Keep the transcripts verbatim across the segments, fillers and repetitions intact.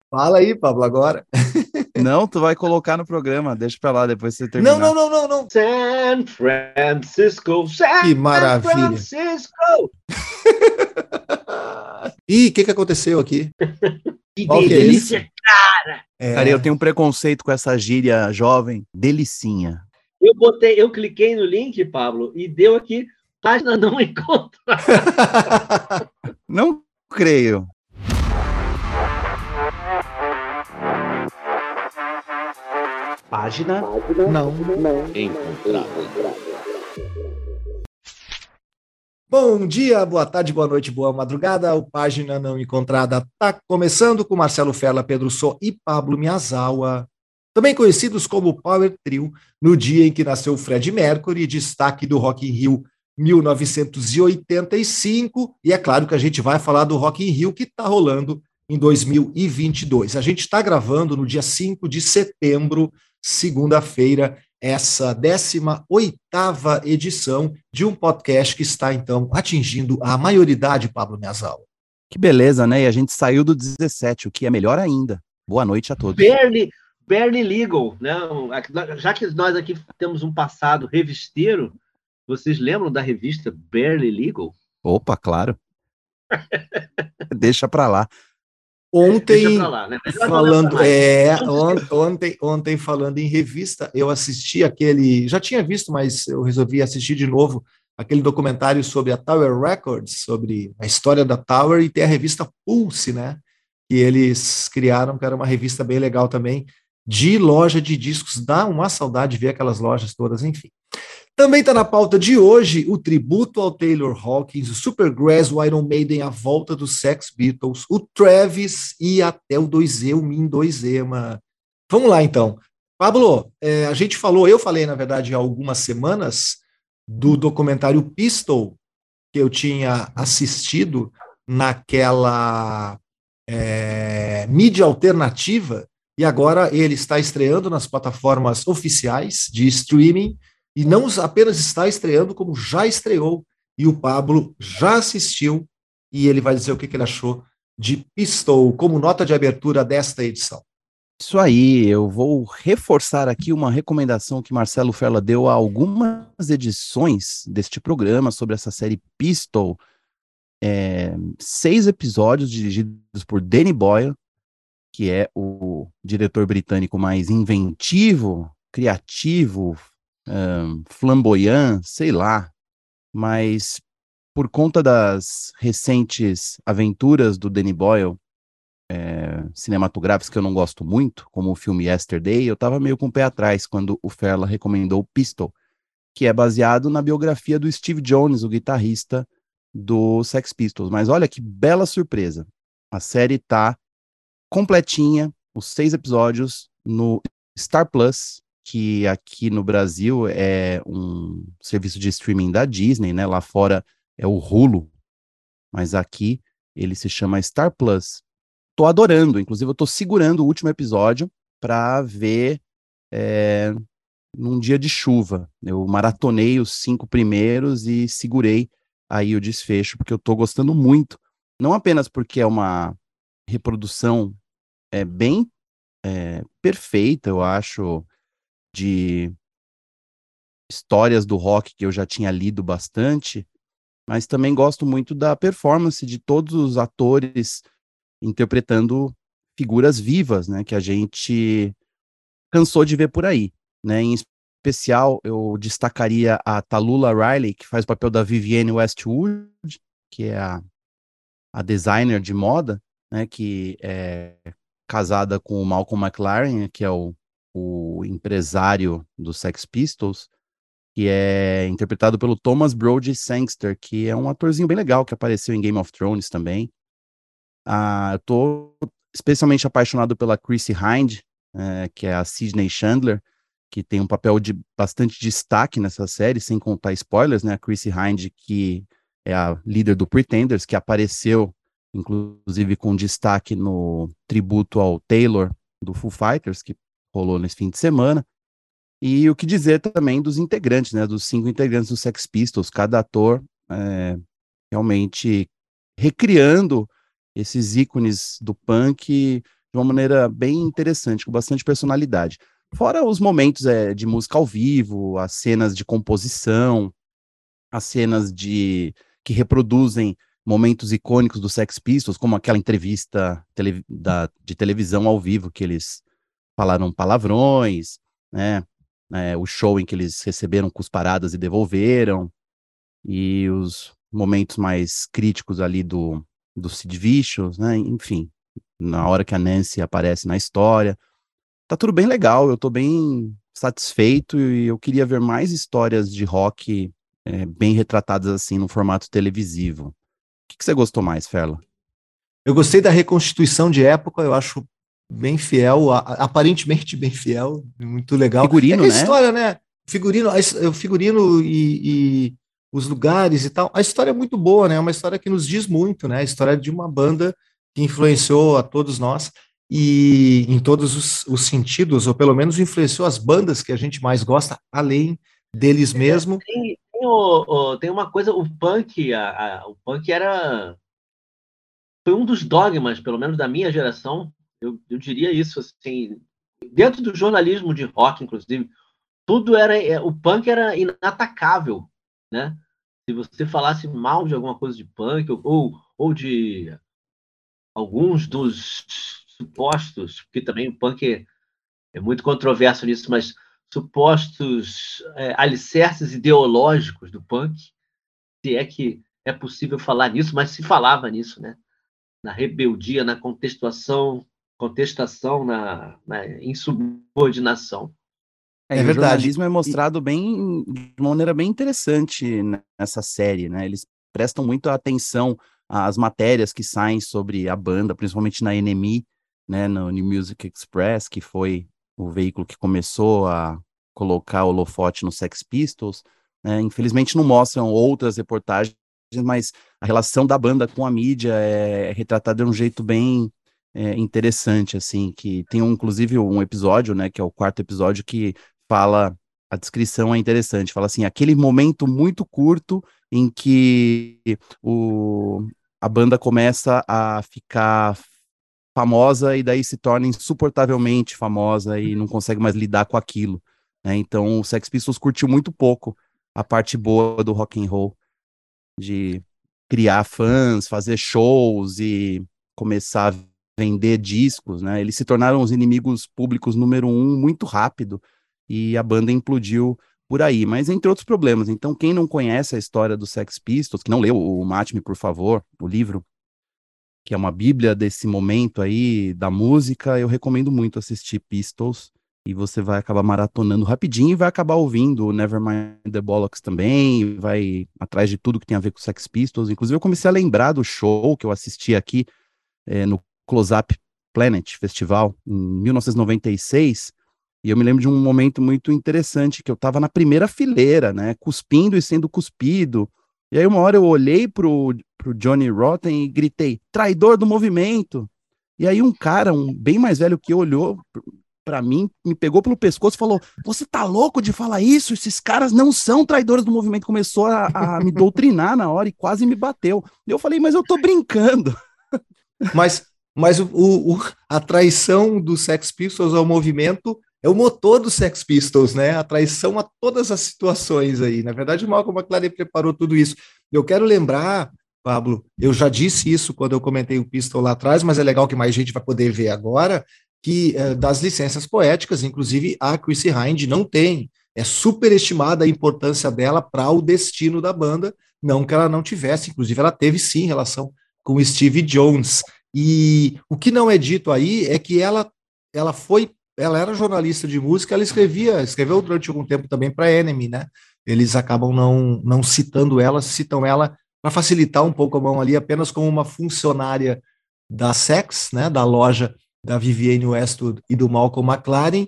Fala aí, Pablo, agora. Não, tu vai colocar no programa, deixa pra lá, depois você Não, terminar. não, não, não, não. San Francisco, San Que maravilha. Francisco. Ih, o que, que aconteceu aqui? Que Qual que é delícia, esse? cara. É, Cara, eu tenho um preconceito com essa gíria jovem, delicinha. Eu botei, eu cliquei no link, Pablo, e deu aqui, página não encontra. Não creio. Página não. encontrada. Bom dia, boa tarde, boa noite, boa madrugada. O Página Não Encontrada está começando com Marcelo Ferla, Pedro Sô e Pablo Miyazawa, também conhecidos como Power Trio, no dia em que nasceu Fred Mercury, destaque do Rock in Rio mil novecentos e oitenta e cinco. E é claro que a gente vai falar do Rock in Rio que está rolando em dois mil e vinte e dois. A gente está gravando no dia cinco de setembro, segunda-feira, essa décima oitava edição de um podcast que está, então, atingindo a maioridade, Pablo Miyazawa. Que beleza, né? E a gente saiu do dezessete, o que é melhor ainda. Boa noite a todos. Barely, barely legal, né? Já que nós aqui temos um passado revisteiro, vocês lembram da revista Barely Legal? Opa, claro. Deixa pra lá. Ontem, Deixa pra lá, né? falando, é, ontem, ontem, falando em revista, eu assisti aquele, já tinha visto, mas eu resolvi assistir de novo, aquele documentário sobre a Tower Records, sobre a história da Tower, e tem a revista Pulse, né, que eles criaram, que era uma revista bem legal também, de loja de discos. Dá uma saudade de ver aquelas lojas todas, enfim. Também está na pauta de hoje o tributo ao Taylor Hawkins, o Supergrass, o Iron Maiden, a volta dos Sex Beatles, o Travis e até o dois E, o Min dois E. Vamos lá, então. Pablo, é, a gente falou, eu falei, na verdade, há algumas semanas, do documentário Pistol, que eu tinha assistido naquela é, mídia alternativa, e agora ele está estreando nas plataformas oficiais de streaming. E não apenas está estreando, como já estreou, e o Pablo já assistiu, e ele vai dizer o que, que ele achou de Pistol como nota de abertura desta edição. Isso aí, eu vou reforçar aqui uma recomendação que Marcelo Ferla deu a algumas edições deste programa sobre essa série Pistol. É, seis episódios dirigidos por Danny Boyle, que é o diretor britânico mais inventivo, criativo, Um, flamboyant, sei lá, mas por conta das recentes aventuras do Danny Boyle, é, cinematográficas que eu não gosto muito, como o filme Yesterday, eu tava meio com o pé atrás quando o Ferla recomendou Pistol, que é baseado na biografia do Steve Jones, o guitarrista do Sex Pistols. Mas olha que bela surpresa, a série tá completinha, os seis episódios no Star Plus, que aqui no Brasil é um serviço de streaming da Disney, né? Lá fora é o Hulu, mas aqui ele se chama Star Plus. Tô adorando, inclusive eu tô segurando o último episódio para ver é, num dia de chuva. Eu maratonei os cinco primeiros e segurei aí o desfecho, porque eu tô gostando muito. Não apenas porque é uma reprodução é, bem é, perfeita, eu acho, de histórias do rock que eu já tinha lido bastante, mas também gosto muito da performance de todos os atores interpretando figuras vivas, né, que a gente cansou de ver por aí, né? Em especial, eu destacaria a Tallulah Riley, que faz o papel da Vivienne Westwood, que é a, a designer de moda, né, que é casada com o Malcolm McLaren, que é o o empresário dos Sex Pistols, que é interpretado pelo Thomas Brody Sangster, que é um atorzinho bem legal, que apareceu em Game of Thrones também. Ah, eu tô especialmente apaixonado pela Chrissy Hind, é, que é a Sidney Chandler, que tem um papel de bastante destaque nessa série, sem contar spoilers, né? A Chrissy Hind, que é a líder do Pretenders, que apareceu, inclusive, com destaque no tributo ao Taylor, do Foo Fighters, que rolou nesse fim de semana. E o que dizer também dos integrantes, né, dos cinco integrantes do Sex Pistols, cada ator é, realmente recriando esses ícones do punk de uma maneira bem interessante, com bastante personalidade. Fora os momentos é, de música ao vivo, as cenas de composição, as cenas de que reproduzem momentos icônicos dos Sex Pistols, como aquela entrevista tele, da, de televisão ao vivo, que eles falaram palavrões, né? É, o show em que eles receberam cusparadas e devolveram, e os momentos mais críticos ali do, do Sid Vicious, né? Enfim, na hora que a Nancy aparece na história. Tá tudo bem legal, eu tô bem satisfeito e eu queria ver mais histórias de rock é, bem retratadas assim no formato televisivo. O que, que você gostou mais, Ferla? Eu gostei da reconstituição de época, eu acho bem fiel, a, aparentemente bem fiel, muito legal. Figurino, é né? A história, né? Figurino, o figurino e, e os lugares e tal. A história é muito boa, né? É uma história que nos diz muito, né? A história de uma banda que influenciou a todos nós e em todos os, os sentidos, ou pelo menos influenciou as bandas que a gente mais gosta, além deles mesmo. É, tem, tem, o, o, tem uma coisa, o punk, a, a, o punk era foi um dos dogmas, pelo menos da minha geração, eu, eu diria isso, assim, dentro do jornalismo de rock, inclusive, tudo era, o punk era inatacável, né? Se você falasse mal de alguma coisa de punk, ou, ou de alguns dos supostos, porque também o punk é, é muito controverso nisso, mas supostos é, alicerces ideológicos do punk, se é que é possível falar nisso, mas se falava nisso, né? Na rebeldia, na contestação, contestação na, na insubordinação. É, É e o verdade. jornalismo é mostrado bem, de uma maneira bem interessante nessa série, né? Eles prestam muita atenção às matérias que saem sobre a banda, principalmente na N M E, né, no New Music Express, que foi o veículo que começou a colocar o holofote no Sex Pistols, né? Infelizmente não mostram outras reportagens, mas a relação da banda com a mídia é retratada de um jeito bem é, interessante, assim, que tem um, inclusive um episódio, né, que é o quarto episódio, que fala, a descrição é interessante, fala assim, aquele momento muito curto em que o, a banda começa a ficar famosa e daí se torna insuportavelmente famosa e não consegue mais lidar com aquilo, né? Então o Sex Pistols curtiu muito pouco a parte boa do rock and roll, de criar fãs, fazer shows e começar a vender discos, né? Eles se tornaram os inimigos públicos número um muito rápido e a banda implodiu por aí, mas entre outros problemas. Então, quem não conhece a história do Sex Pistols, que não leu o Mate-me, por favor, o livro, que é uma bíblia desse momento aí da música, eu recomendo muito assistir Pistols, e você vai acabar maratonando rapidinho e vai acabar ouvindo o Nevermind the Bollocks também, vai atrás de tudo que tem a ver com Sex Pistols. Inclusive, eu comecei a lembrar do show que eu assisti aqui é, no Close Up Planet Festival, em mil novecentos e noventa e seis, e eu me lembro de um momento muito interessante, que eu estava na primeira fileira, né, cuspindo e sendo cuspido, e aí uma hora eu olhei pro, pro Johnny Rotten e gritei, traidor do movimento, e aí um cara, um bem mais velho que eu, olhou para mim, me pegou pelo pescoço e falou, você tá louco de falar isso? Esses caras não são traidores do movimento, começou a, a me doutrinar na hora e quase me bateu. Eu falei, mas eu tô brincando. Mas, mas o, o, a traição do Sex Pistols ao movimento é o motor do Sex Pistols, né? A traição a todas as situações aí. Na verdade, o Malcolm McLaren preparou tudo isso. Eu quero lembrar, Pablo, eu já disse isso quando eu comentei o Pistol lá atrás, mas é legal que mais gente vai poder ver agora, que é, das licenças poéticas, inclusive a Chrissy Hynde não tem. É superestimada a importância dela para o destino da banda, não que ela não tivesse, inclusive ela teve sim relação com o Steve Jones. E o que não é dito aí é que ela, ela foi, ela era jornalista de música, ela escrevia, escreveu durante algum tempo também para Enemy, né? Eles acabam não, não citando ela, citam ela para facilitar um pouco a mão ali, apenas como uma funcionária da Sex, né? Da loja da Vivienne Westwood e do Malcolm McLaren,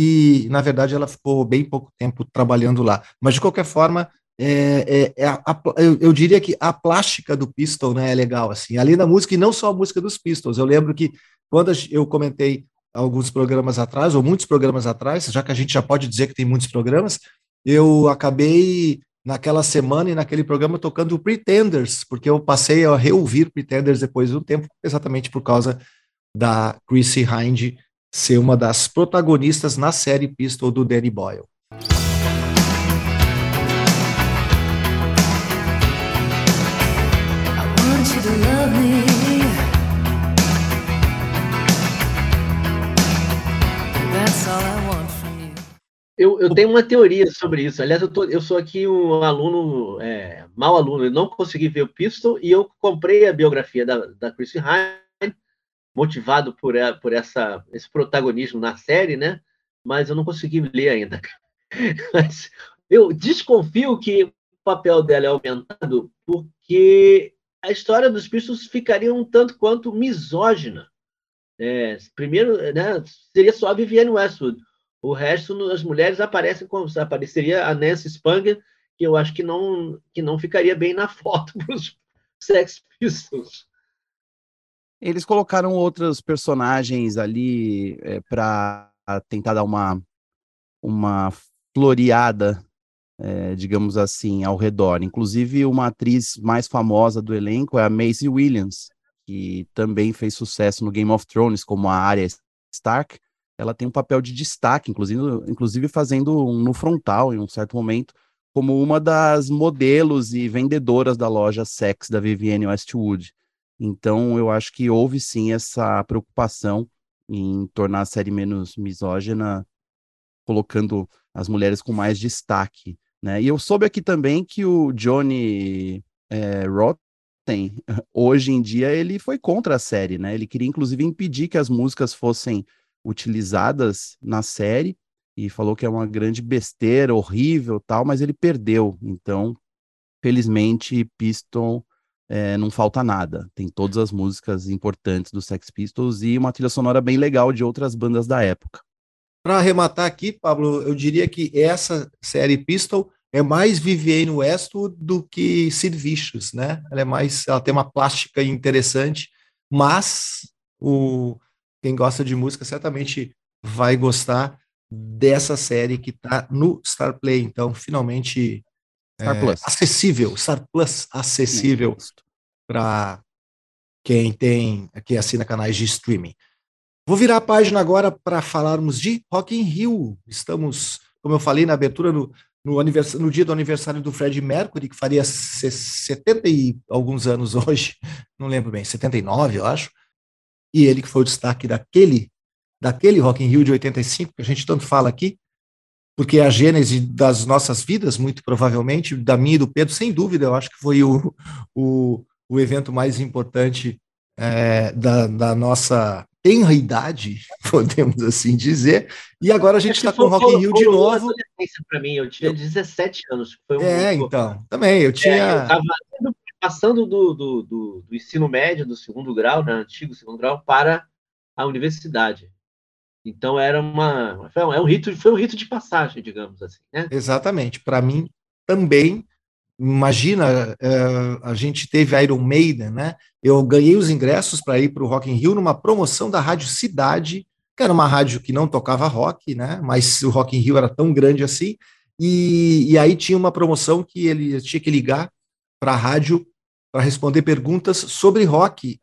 e na verdade ela ficou bem pouco tempo trabalhando lá. Mas de qualquer forma, é, é, é a, a, eu, eu diria que a plástica do Pistol, né, é legal, assim, além da música, e não só a música dos Pistols. Eu lembro que quando eu comentei alguns programas atrás, ou muitos programas atrás, já que a gente já pode dizer que tem muitos programas, eu acabei naquela semana e naquele programa tocando o Pretenders, porque eu passei a reouvir Pretenders depois de um tempo, exatamente por causa da Chrissie Hynde ser uma das protagonistas na série Pistol do Danny Boyle. Eu, eu tenho uma teoria sobre isso. Aliás, eu, tô, eu sou aqui um aluno, é, mau aluno, eu não consegui ver o Pistol e eu comprei a biografia da, da Chrissie Hynde, motivado por, por essa, esse protagonismo na série, né? Mas eu não consegui ler ainda. Mas eu desconfio que o papel dela é aumentado porque a história dos Pistols ficaria um tanto quanto misógina. É, primeiro, né, seria só a Vivienne Westwood. O resto, as mulheres aparecem como apareceria a Nancy Spungen, que eu acho que não, que não ficaria bem na foto para os Sex Pistols. Eles colocaram outros personagens ali é, para tentar dar uma, uma floreada, é, digamos assim, ao redor. Inclusive, uma atriz mais famosa do elenco é a Maisie Williams, que também fez sucesso no Game of Thrones como a Arya Stark. Ela tem um papel de destaque, inclusive, inclusive fazendo um no frontal, em um certo momento, como uma das modelos e vendedoras da loja Sex da Vivienne Westwood. Então, eu acho que houve sim essa preocupação em tornar a série menos misógina, colocando as mulheres com mais destaque, né? E eu soube aqui também que o Johnny é, Rotten, hoje em dia, ele foi contra a série, né? Ele queria, inclusive, impedir que as músicas fossem utilizadas na série e falou que é uma grande besteira, horrível, tal, mas ele perdeu. Então, felizmente, Pistol é, não falta nada. Tem todas as músicas importantes do Sex Pistols e uma trilha sonora bem legal de outras bandas da época. Para arrematar aqui, Pablo, eu diria que essa série Pistol é mais Vivienne Westwood do que Sid Vicious, né? Ela é mais, ela tem uma plástica interessante, mas o quem gosta de música certamente vai gostar dessa série que está no Star Play. Então, finalmente Star é, Plus. acessível, Star Plus acessível para quem tem, que assina canais de streaming. Vou virar a página agora para falarmos de Rock in Rio. Estamos, como eu falei na abertura, no, no, anivers... no dia do aniversário do Freddie Mercury, que faria setenta e alguns anos hoje, não lembro bem, setenta e nove, eu acho. E ele que foi o destaque daquele, daquele Rock in Rio de oitenta e cinco, que a gente tanto fala aqui, porque é a gênese das nossas vidas, muito provavelmente, da minha e do Pedro, sem dúvida, eu acho que foi o, o, o evento mais importante é, da, da nossa tenra idade, podemos assim dizer, e agora a gente está com o Rock in Rio de novo. Para mim, eu tinha dezessete anos. Foi um é, muito... então, também, eu tinha... É, eu estava passando do, do, do, do ensino médio, do segundo grau, né, antigo segundo grau, para a universidade. Então, era uma... Foi um, rito, foi um rito de passagem, digamos assim, né? Exatamente. Para mim, também, imagina, uh, a gente teve Iron Maiden, né? Eu ganhei os ingressos para ir para o Rock in Rio numa promoção da Rádio Cidade, que era uma rádio que não tocava rock, né? Mas o Rock in Rio era tão grande assim, e, e aí tinha uma promoção que ele tinha que ligar para a rádio para responder perguntas sobre rock,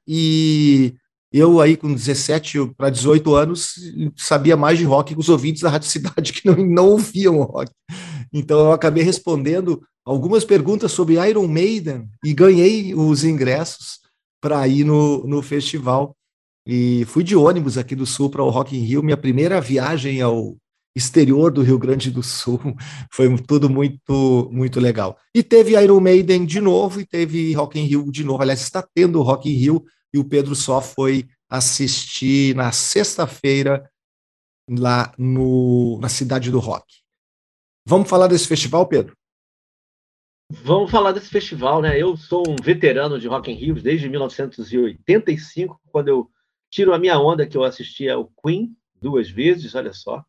e eu aí com dezessete para dezoito anos sabia mais de rock que os ouvintes da Rádio Cidade que não, não ouviam rock. Então eu acabei respondendo algumas perguntas sobre Iron Maiden e ganhei os ingressos para ir no, no festival. E fui de ônibus aqui do Sul para o Rock in Rio, minha primeira viagem ao exterior do Rio Grande do Sul. Foi tudo muito, muito legal. E teve Iron Maiden de novo e teve Rock in Rio de novo. Aliás, está tendo Rock in Rio e o Pedro só foi assistir na sexta-feira lá no, na Cidade do Rock. Vamos falar desse festival, Pedro? Vamos falar desse festival, né? Eu sou um veterano de Rock in Rio desde mil novecentos e oitenta e cinco, quando eu tiro a minha onda que eu assisti ao Queen duas vezes, olha só.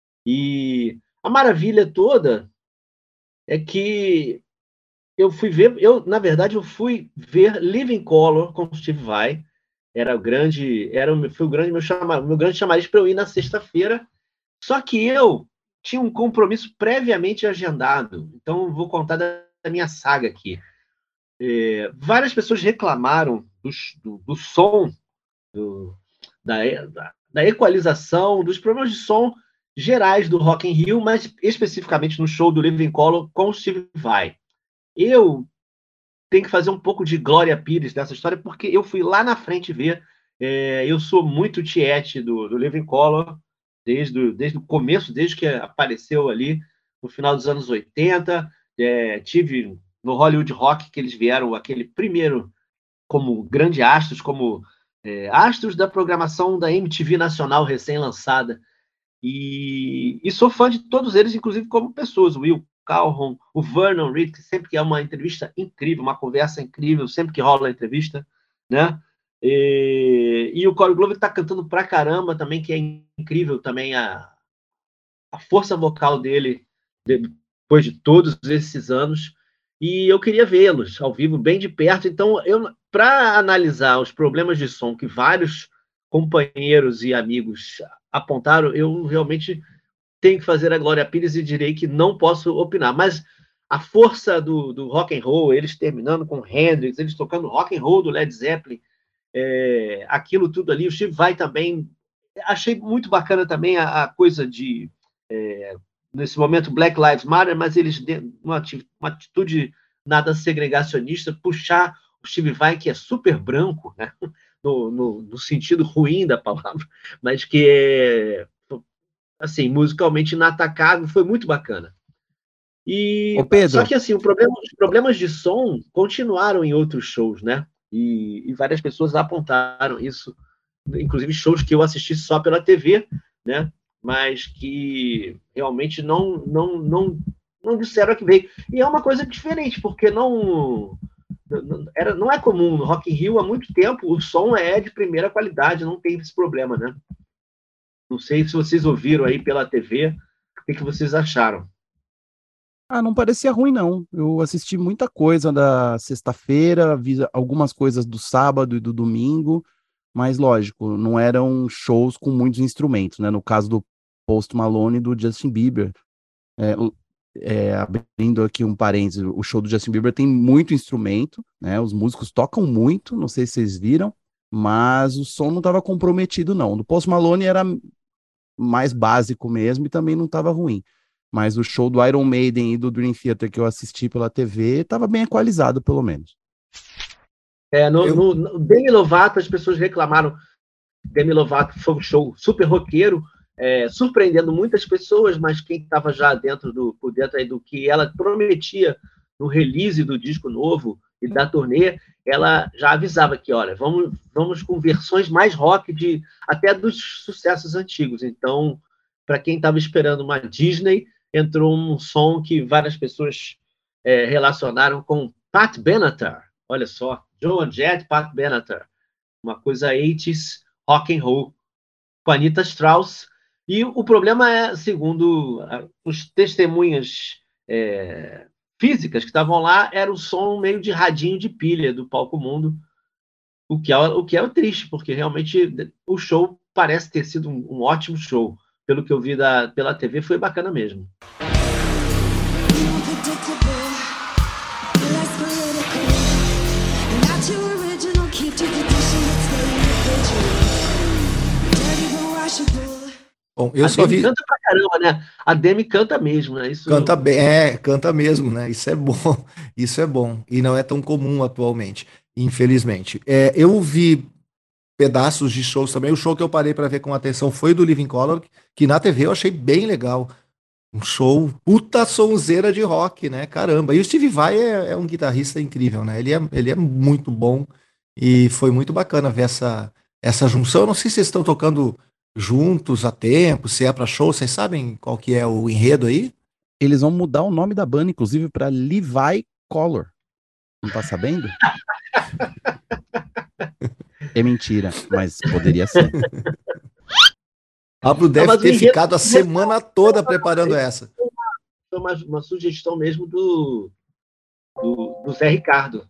E a maravilha toda é que eu fui ver, eu na verdade eu fui ver Living Colour com Steve Vai. Era o grande, era foi o grande meu chamar, meu grande chamariz para eu ir na sexta-feira. Só que eu tinha um compromisso previamente agendado. Então vou contar da da minha saga aqui. É, várias pessoas reclamaram do, do, do som do, da, da, da equalização, dos problemas de som gerais do Rock in Rio, mas especificamente no show do Living Colour com o Steve Vai. Eu tenho que fazer um pouco de Glória Pires dessa história, porque eu fui lá na frente ver. É, eu sou muito tiete do, do Living Colour, desde, desde o começo, desde que apareceu ali no final dos anos oitenta. É, tive no Hollywood Rock, que eles vieram, aquele primeiro, como grande astros, como é, astros da programação da M T V Nacional recém-lançada. E, e sou fã de todos eles, inclusive como pessoas. O Will Calhoun, o Vernon Reid, que sempre que é uma entrevista incrível, uma conversa incrível, sempre que rola a entrevista, né? E, e o Corey Glover está cantando pra caramba também, que é incrível também a, a força vocal dele depois de todos esses anos. E eu queria vê-los ao vivo, bem de perto. Então, eu, para analisar os problemas de som que vários companheiros e amigos apontaram, eu realmente tenho que fazer a Glória Pires e direi que não posso opinar. Mas a força do, do rock and roll, eles terminando com Hendrix, eles tocando rock and roll do Led Zeppelin, é, aquilo tudo ali, o Steve Vai também. Achei muito bacana também a, a coisa de, é, nesse momento, Black Lives Matter, mas eles, uma, uma atitude nada segregacionista, puxar o Steve Vai, que é super branco, né? No, no, no sentido ruim da palavra, mas que é, assim, musicalmente inatacável, foi muito bacana. E, Ô Pedro, só que assim, o problema, os problemas de som continuaram em outros shows, né? E, e várias pessoas apontaram isso, inclusive shows que eu assisti só pela T V, né? Mas que realmente não, não, não, não disseram a que veio. E é uma coisa diferente, porque não... Era, não é comum no Rock in Rio há muito tempo, o som é de primeira qualidade, não tem esse problema, né? Não sei se vocês ouviram aí pela T V, o que, que vocês acharam? Ah, não parecia ruim, não. Eu assisti muita coisa da sexta-feira, vi algumas coisas do sábado e do domingo, mas, lógico, não eram shows com muitos instrumentos, né? No caso do Post Malone e do Justin Bieber, é, É, abrindo aqui um parênteses, o show do Justin Bieber tem muito instrumento, né? Os músicos tocam muito, não sei se vocês viram, mas o som não estava comprometido, não. Do Post Malone era mais básico mesmo e também não estava ruim. Mas o show do Iron Maiden e do Dream Theater que eu assisti pela T V estava bem equalizado, pelo menos. É, no, eu... no, no Demi Lovato, as pessoas reclamaram. Demi Lovato foi um show super roqueiro, É, surpreendendo muitas pessoas, mas quem estava já dentro do, por dentro aí do que ela prometia no release do disco novo e da turnê, ela já avisava que, olha, vamos, vamos com versões mais rock de, até dos sucessos antigos. Então, para quem estava esperando uma Disney, entrou um som que várias pessoas é, relacionaram com Pat Benatar. Olha só, Joan Jett, Pat Benatar. Uma coisa oitenta rock and roll com Anita Strauss. E o problema é, segundo os testemunhas é, físicas que estavam lá, era o som meio de radinho de pilha do Palco Mundo, o que é o, que é o triste, porque realmente o show parece ter sido um, um ótimo show. Pelo que eu vi da, pela T V, foi bacana mesmo. Bom, eu a só Demi vi... canta pra caramba, né? A Demi canta mesmo, né? Isso... Canta bem, é, canta mesmo, né? Isso é bom, isso é bom. E não é tão comum atualmente, infelizmente. É, eu vi pedaços de shows também. O show que eu parei para ver com atenção foi do Living Colour, que na T V eu achei bem legal. Um show puta sonzeira de rock, né? Caramba. E o Steve Vai é, é um guitarrista incrível, né? Ele é, ele é muito bom e foi muito bacana ver essa, essa junção. Eu não sei se vocês estão tocando juntos há tempo, se é para show, vocês sabem qual que é o enredo aí? Eles vão mudar o nome da banda, inclusive, para Levi Colour. Não tá sabendo? É mentira, mas poderia ser. Pablo deve não, ter ficado a semana toda preparando essa. Foi uma, uma sugestão mesmo do, do, do Zé Ricardo.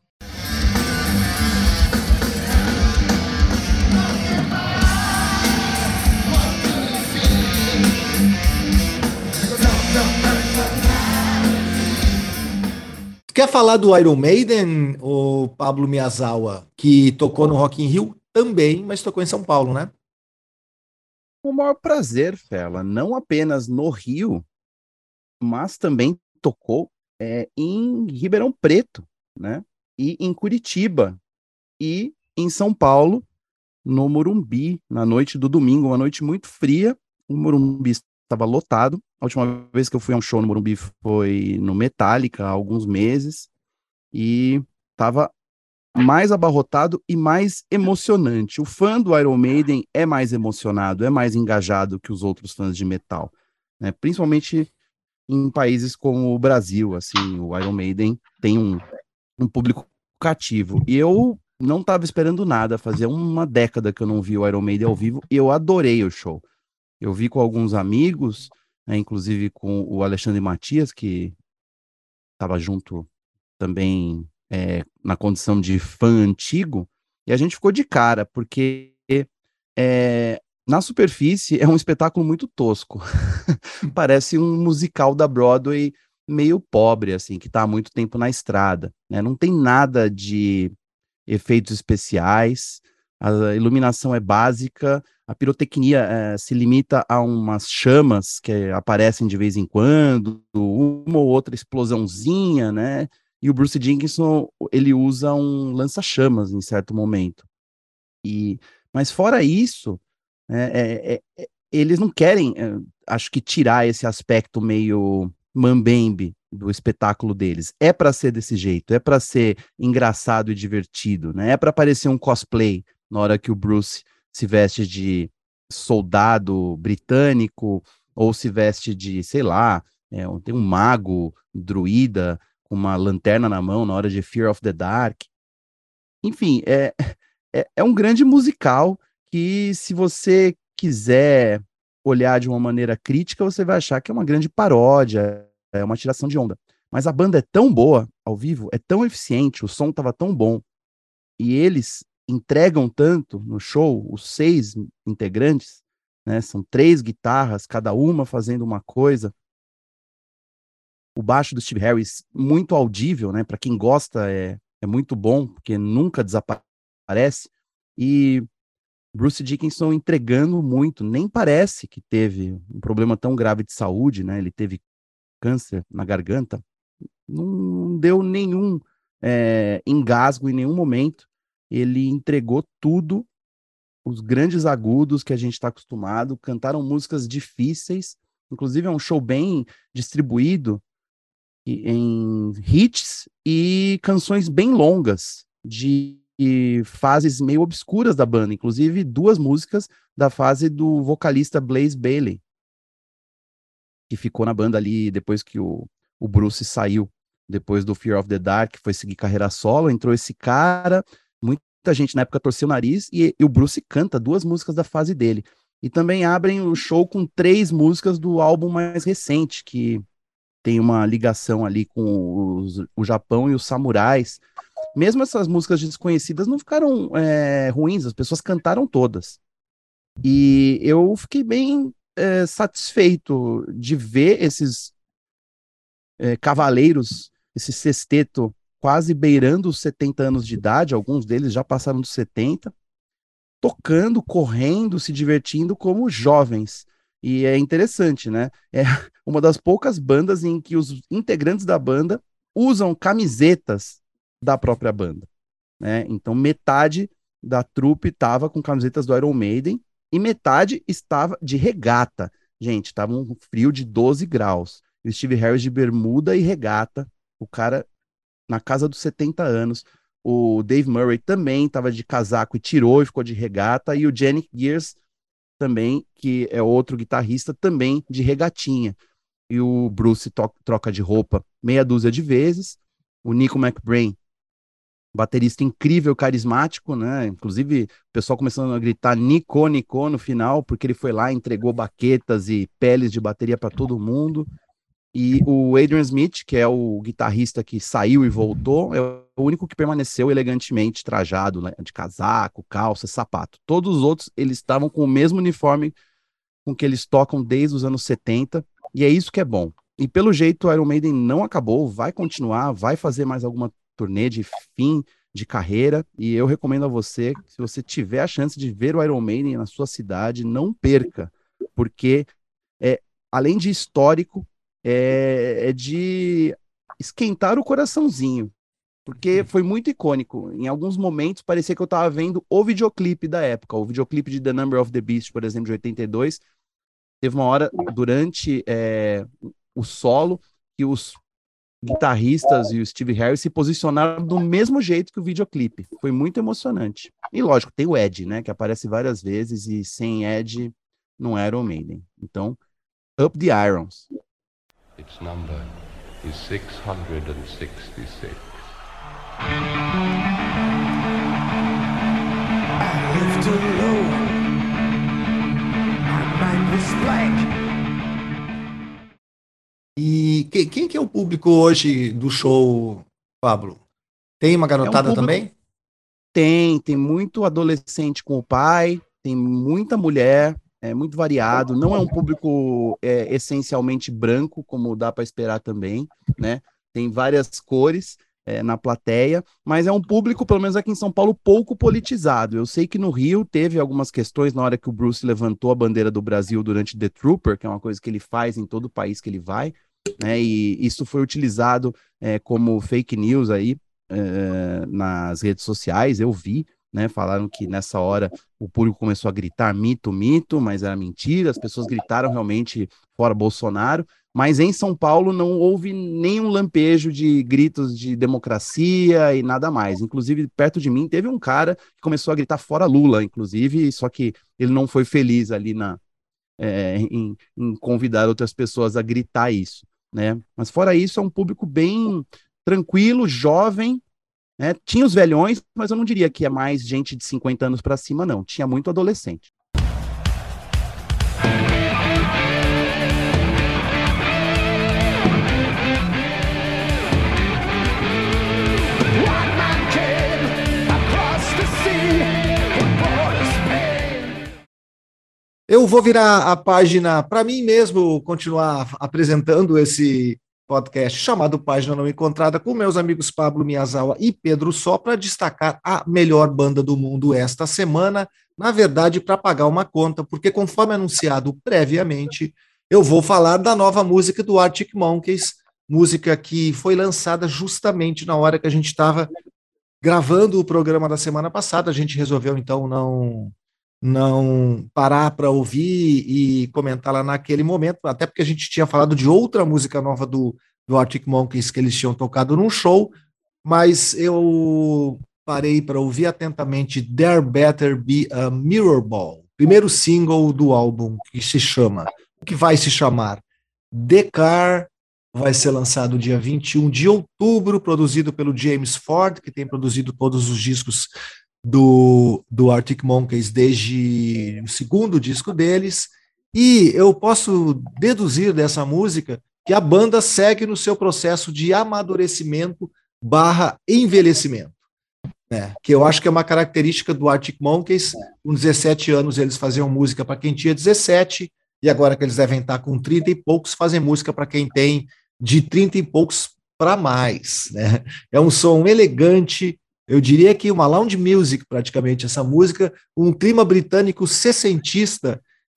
Quer falar do Iron Maiden, o Pablo Miyazawa, que tocou no Rock in Rio também, mas tocou em São Paulo, né? Com o maior prazer, Fela, não apenas no Rio, mas também tocou é, em Ribeirão Preto, né? E em Curitiba, e em São Paulo, no Morumbi, na noite do domingo, uma noite muito fria. O Morumbi estava lotado. A última vez que eu fui a um show no Morumbi foi no Metallica, há alguns meses, e estava mais abarrotado e mais emocionante. O fã do Iron Maiden é mais emocionado, é mais engajado que os outros fãs de metal, né? Principalmente em países como o Brasil, assim, o Iron Maiden tem um, um público cativo. E eu não estava esperando nada, fazia uma década que eu não vi o Iron Maiden ao vivo, e eu adorei o show. Eu vi com alguns amigos, né, inclusive com o Alexandre Matias, que estava junto também é, na condição de fã antigo, e a gente ficou de cara, porque é, na superfície é um espetáculo muito tosco. Parece um musical da Broadway meio pobre, assim, que está há muito tempo na estrada, né? Não tem nada de efeitos especiais, a iluminação é básica, a pirotecnia é, se limita a umas chamas que aparecem de vez em quando, uma ou outra explosãozinha, né? E o Bruce Dickinson, ele usa um lança-chamas em certo momento. E, mas fora isso, é, é, é, eles não querem, é, acho que, tirar esse aspecto meio mambembe do espetáculo deles. É para ser desse jeito, é para ser engraçado e divertido, né? É para parecer um cosplay na hora que o Bruce se veste de soldado britânico ou se veste de, sei lá, é, tem um mago druida com uma lanterna na mão na hora de Fear of the Dark. Enfim, é, é, é um grande musical que, se você quiser olhar de uma maneira crítica, você vai achar que é uma grande paródia, é uma tiração de onda. Mas a banda é tão boa ao vivo, é tão eficiente, o som estava tão bom, e eles entregam tanto no show, os seis integrantes, né, são três guitarras, cada uma fazendo uma coisa. O baixo do Steve Harris, muito audível, né, para quem gosta é, é muito bom, porque nunca desaparece. E Bruce Dickinson entregando muito, nem parece que teve um problema tão grave de saúde, né? Ele teve câncer na garganta, não deu nenhum é, engasgo em nenhum momento. Ele entregou tudo, os grandes agudos que a gente está acostumado, cantaram músicas difíceis, inclusive é um show bem distribuído em hits e canções bem longas, de fases meio obscuras da banda, inclusive duas músicas da fase do vocalista Blaze Bayley, que ficou na banda ali depois que o, o Bruce saiu, depois do Fear of the Dark, foi seguir carreira solo, entrou esse cara, muita gente na época torceu o nariz, e, e o Bruce canta duas músicas da fase dele. E também abrem o show com três músicas do álbum mais recente, que tem uma ligação ali com os, o Japão e os samurais. Mesmo essas músicas desconhecidas não ficaram é, ruins, as pessoas cantaram todas. E eu fiquei bem é, satisfeito de ver esses é, cavaleiros, esse sexteto quase beirando os setenta anos de idade, alguns deles já passaram dos setenta, tocando, correndo, se divertindo como jovens. E é interessante, né? É uma das poucas bandas em que os integrantes da banda usam camisetas da própria banda, né? Então, metade da trupe estava com camisetas do Iron Maiden e metade estava de regata. Gente, estava um frio de doze graus. E o Steve Harris de bermuda e regata, o cara na casa dos setenta anos. O Dave Murray também estava de casaco e tirou e ficou de regata. E o Jannik Gears também, que é outro guitarrista, também de regatinha. E o Bruce troca de roupa meia dúzia de vezes. O Nico McBrain, baterista incrível, carismático, né? Inclusive, o pessoal começando a gritar Nico, Nico no final, porque ele foi lá, entregou baquetas e peles de bateria para todo mundo. E o Adrian Smith, que é o guitarrista que saiu e voltou, é o único que permaneceu elegantemente trajado, né, de casaco, calça, sapato. Todos os outros, eles estavam com o mesmo uniforme com que eles tocam desde os anos setenta, e é isso que é bom. E pelo jeito, o Iron Maiden não acabou, vai continuar, vai fazer mais alguma turnê de fim de carreira, e eu recomendo a você, se você tiver a chance de ver o Iron Maiden na sua cidade, não perca, porque é, além de histórico, é, é de esquentar o coraçãozinho, porque foi muito icônico. Em alguns momentos parecia que eu estava vendo o videoclipe da época, o videoclipe de The Number of the Beast, por exemplo, de oitenta e dois. Teve uma hora durante é, o solo que os guitarristas e o Steve Harris se posicionaram do mesmo jeito que o videoclipe. Foi muito emocionante. E lógico, tem o Ed, né, que aparece várias vezes, e sem Ed não era o Maiden. Então, Up the Irons. Its number is six hundred sixty-six. I lived alone. My mind was blank. E que- quem que é o público hoje do show, Pablo? Tem uma garotada É um público- também? Tem, tem muito adolescente com o pai, tem muita mulher, é muito variado. Não é um público é, essencialmente branco, como dá para esperar também, né? Tem várias cores é, na plateia, mas é um público, pelo menos aqui em São Paulo, pouco politizado. Eu sei que no Rio teve algumas questões na hora que o Bruce levantou a bandeira do Brasil durante The Trooper, que é uma coisa que ele faz em todo o país que ele vai, né? E isso foi utilizado é, como fake news aí é, nas redes sociais, eu vi, né? Falaram que nessa hora o público começou a gritar mito, mito, mas era mentira, as pessoas gritaram realmente fora Bolsonaro, mas em São Paulo não houve nenhum lampejo de gritos de democracia e nada mais. Inclusive, perto de mim teve um cara que começou a gritar fora Lula, inclusive, só que ele não foi feliz ali na, é, em, em convidar outras pessoas a gritar isso, né? Mas fora isso, é um público bem tranquilo, jovem, né? Tinha os velhões, mas eu não diria que é mais gente de cinquenta anos para cima, não. Tinha muito adolescente. One man came across the sea. He brought us pain. Eu vou virar a página para mim mesmo, continuar apresentando esse podcast chamado Página Não Encontrada com meus amigos Pablo Miyazawa e Pedro Só, para destacar a melhor banda do mundo esta semana, na verdade para pagar uma conta, porque conforme anunciado previamente, eu vou falar da nova música do Arctic Monkeys, música que foi lançada justamente na hora que a gente estava gravando o programa da semana passada. A gente resolveu então não não parar para ouvir e comentar lá naquele momento, até porque a gente tinha falado de outra música nova do, do Arctic Monkeys que eles tinham tocado num show, mas eu parei para ouvir atentamente There Better Be a Mirror Ball, primeiro single do álbum, que se chama, que vai se chamar The Car, vai ser lançado dia vinte e um de outubro, produzido pelo James Ford, que tem produzido todos os discos do, do Arctic Monkeys desde o segundo disco deles, e eu posso deduzir dessa música que a banda segue no seu processo de amadurecimento barra envelhecimento, né? Que eu acho que é uma característica do Arctic Monkeys. Com dezessete anos eles faziam música para quem tinha dezessete, e agora que eles devem estar com trinta e poucos, fazem música para quem tem de trinta e poucos para mais, né? É um som elegante, eu diria que uma lounge music praticamente, essa música, um clima britânico sessentista,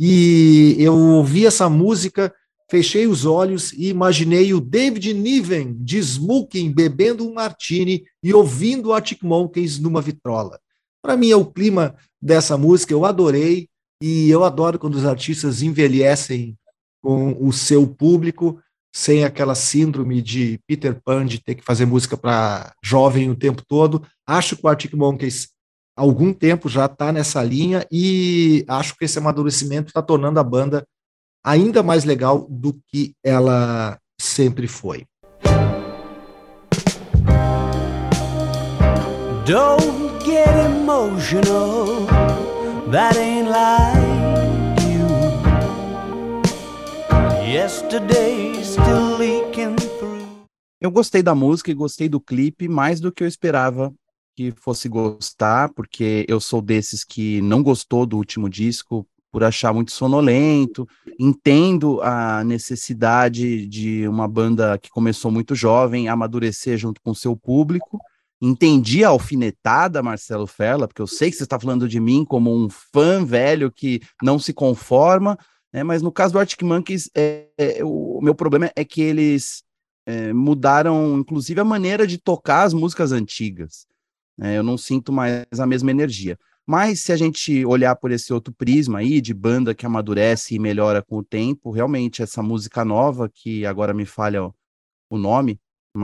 e eu ouvi essa música, fechei os olhos e imaginei o David Niven de smoking, bebendo um martini e ouvindo Arctic Monkeys numa vitrola. Para mim é o clima dessa música, eu adorei, e eu adoro quando os artistas envelhecem com o seu público, sem aquela síndrome de Peter Pan, de ter que fazer música para jovem o tempo todo. Acho que o Arctic Monkeys há algum tempo já está nessa linha, e acho que esse amadurecimento está tornando a banda ainda mais legal do que ela sempre foi. Don't get emotional. That ain't like you. Yesterday still leaking through. Eu gostei da música e gostei do clipe mais do que eu esperava que fosse gostar, porque eu sou desses que não gostou do último disco por achar muito sonolento. Entendo a necessidade de uma banda que começou muito jovem amadurecer junto com o seu público. entendi a alfinetada, Marcelo Ferla, porque eu sei que você está falando de mim como um fã velho que não se conforma, né? Mas no caso do Arctic Monkeys, é, é, o meu problema é que eles é, mudaram, inclusive, a maneira de tocar as músicas antigas. É, eu não sinto mais a mesma energia. Mas se a gente olhar por esse outro prisma aí, de banda que amadurece e melhora com o tempo, realmente essa música nova, que agora me falha o nome,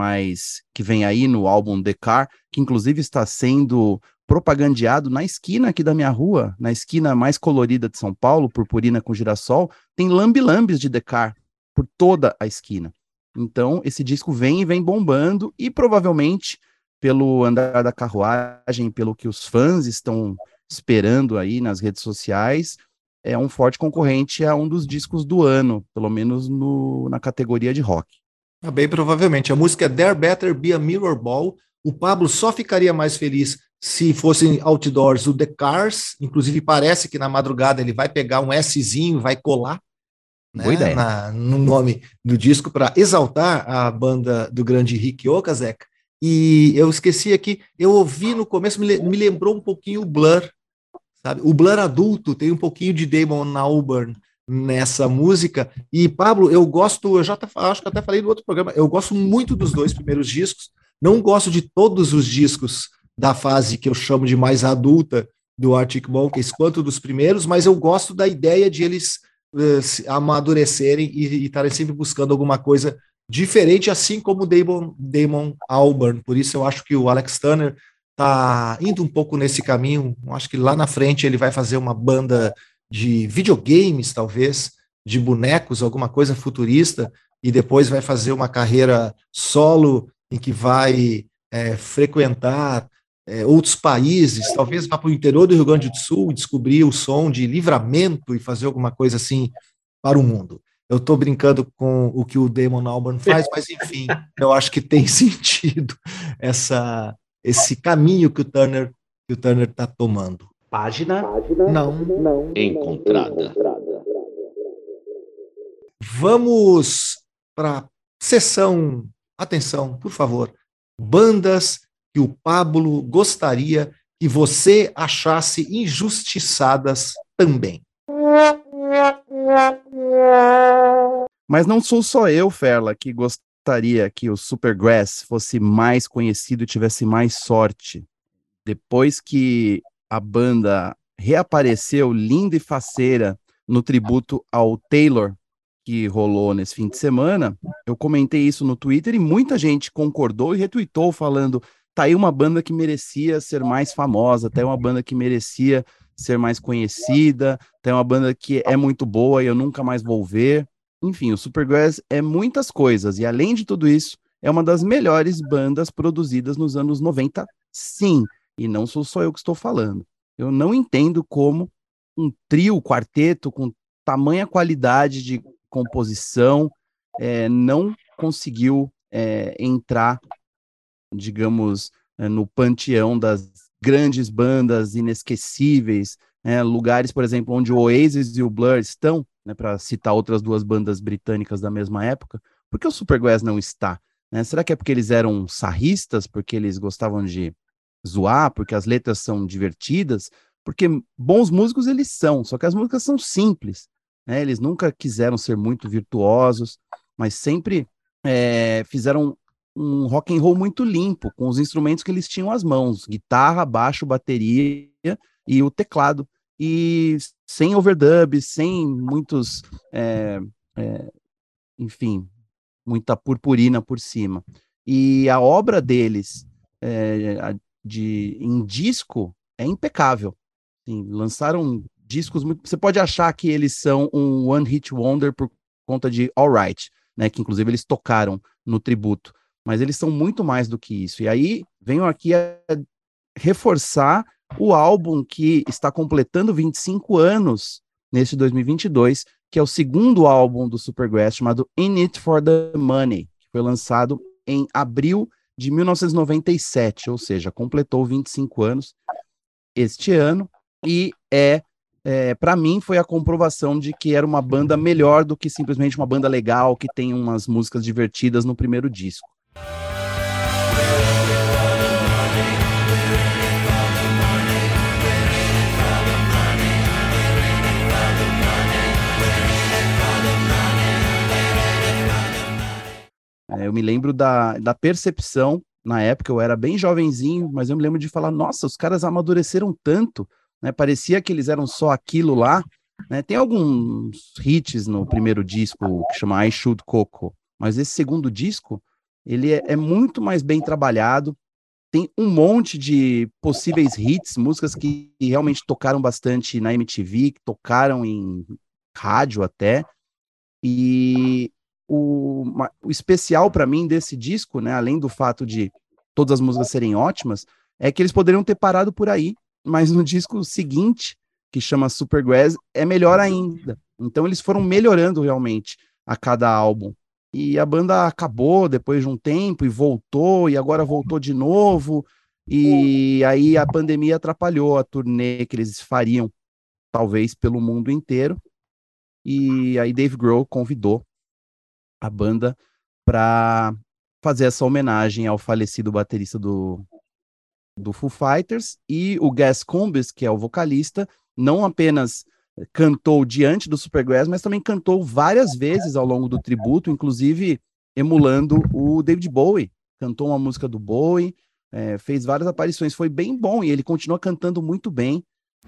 mas que vem aí no álbum The Car, que inclusive está sendo propagandeado na esquina aqui da minha rua, na esquina mais colorida de São Paulo, purpurina com girassol, tem lambi-lambis de The Car por toda a esquina. Então esse disco vem e vem bombando, e provavelmente pelo andar da carruagem, pelo que os fãs estão esperando aí nas redes sociais, é um forte concorrente a um dos discos do ano, pelo menos no, na categoria de rock. Ah, bem provavelmente. A música é There Better Be a Mirror Ball. O Pablo só ficaria mais feliz se fossem outdoors o The Cars. Inclusive parece que na madrugada ele vai pegar um Szinho, vai colar, né, Boa ideia. Na, no nome do disco para exaltar a banda do grande Rick Okazek. E eu esqueci aqui, eu ouvi no começo, me, me lembrou um pouquinho o Blur, sabe? O Blur adulto tem um pouquinho de Damon Albarn nessa música. E, Pablo, eu gosto, eu já até, acho que até falei no outro programa, eu gosto muito dos dois primeiros discos, não gosto de todos os discos da fase que eu chamo de mais adulta do Arctic Monkeys, quanto dos primeiros, mas eu gosto da ideia de eles uh, se amadurecerem e estarem sempre buscando alguma coisa diferente, assim como o Damon, Damon Albarn. Por isso eu acho que o Alex Turner está indo um pouco nesse caminho. Eu acho que lá na frente ele vai fazer uma banda de videogames, talvez, de bonecos, alguma coisa futurista, e depois vai fazer uma carreira solo em que vai é, frequentar é, outros países, talvez vá para o interior do Rio Grande do Sul e descobrir o som de Livramento e fazer alguma coisa assim para o mundo. Eu estou brincando com o que o Damon Albarn faz, mas enfim, eu acho que tem sentido essa, esse caminho que o Turner que o Turner está tomando. Página, Página não, não encontrada. Vamos para a sessão. Atenção, por favor. Bandas que o Pablo gostaria que você achasse injustiçadas também. Mas não sou só eu, Ferla, que gostaria que o Supergrass fosse mais conhecido e tivesse mais sorte. Depois que a banda reapareceu linda e faceira no tributo ao Taylor, que rolou nesse fim de semana, eu comentei isso no Twitter e muita gente concordou e retweetou falando, tá aí uma banda que merecia ser mais famosa, tá aí uma banda que merecia ser mais conhecida, tá aí uma banda que é muito boa e eu nunca mais vou ver. Enfim, o Supergrass é muitas coisas e, além de tudo isso, é uma das melhores bandas produzidas nos anos noventa, sim, e não sou só eu que estou falando. Eu não entendo como um trio, quarteto com tamanha qualidade de composição é, não conseguiu é, entrar, digamos, é, no panteão das grandes bandas inesquecíveis, é, lugares, por exemplo, onde o Oasis e o Blur estão, né, para citar outras duas bandas britânicas da mesma época. Por que o Supergrass não está? Né? Será que é porque eles eram sarristas, porque eles gostavam de zoar, porque as letras são divertidas? Porque bons músicos eles são, só que as músicas são simples. Né? Eles nunca quiseram ser muito virtuosos, mas sempre é, fizeram um rock and roll muito limpo, com os instrumentos que eles tinham às mãos, guitarra, baixo, bateria e o teclado, e sem overdub, sem muitos, é, é, enfim, muita purpurina por cima. E a obra deles é, de, em disco é impecável. Assim, lançaram discos muito... Você pode achar que eles são um one hit wonder por conta de All Right, né, que inclusive eles tocaram no tributo, mas eles são muito mais do que isso. E aí venho aqui a reforçar o álbum que está completando vinte e cinco anos neste dois mil e vinte e dois, que é o segundo álbum do Supergrass, chamado In It For The Money, que foi lançado em abril de mil novecentos e noventa e sete, ou seja, completou vinte e cinco anos este ano, e é, é para mim foi a comprovação de que era uma banda melhor do que simplesmente uma banda legal que tem umas músicas divertidas no primeiro disco. É, eu me lembro da, da percepção, na época eu era bem jovenzinho, mas eu me lembro de falar, nossa, os caras amadureceram tanto, né? Parecia que eles eram só aquilo lá, né? Tem alguns hits no primeiro disco que chama I Should Coco, mas esse segundo disco, ele é, é muito mais bem trabalhado, tem um monte de possíveis hits, músicas que realmente tocaram bastante na M T V, que tocaram em rádio até, e o, o especial para mim desse disco, né, além do fato de todas as músicas serem ótimas, é que eles poderiam ter parado por aí, mas no disco seguinte, que chama Supergrass, é melhor ainda. Então eles foram melhorando realmente a cada álbum. E a banda acabou depois de um tempo e voltou, e agora voltou de novo, e aí a pandemia atrapalhou a turnê que eles fariam, talvez pelo mundo inteiro, e aí Dave Grohl convidou a banda para fazer essa homenagem ao falecido baterista do, do Foo Fighters, e o Gas Combs, que é o vocalista, não apenas cantou diante do Supergrass, mas também cantou várias vezes ao longo do tributo, inclusive emulando o David Bowie, cantou uma música do Bowie, é, fez várias aparições, foi bem bom, e ele continua cantando muito bem.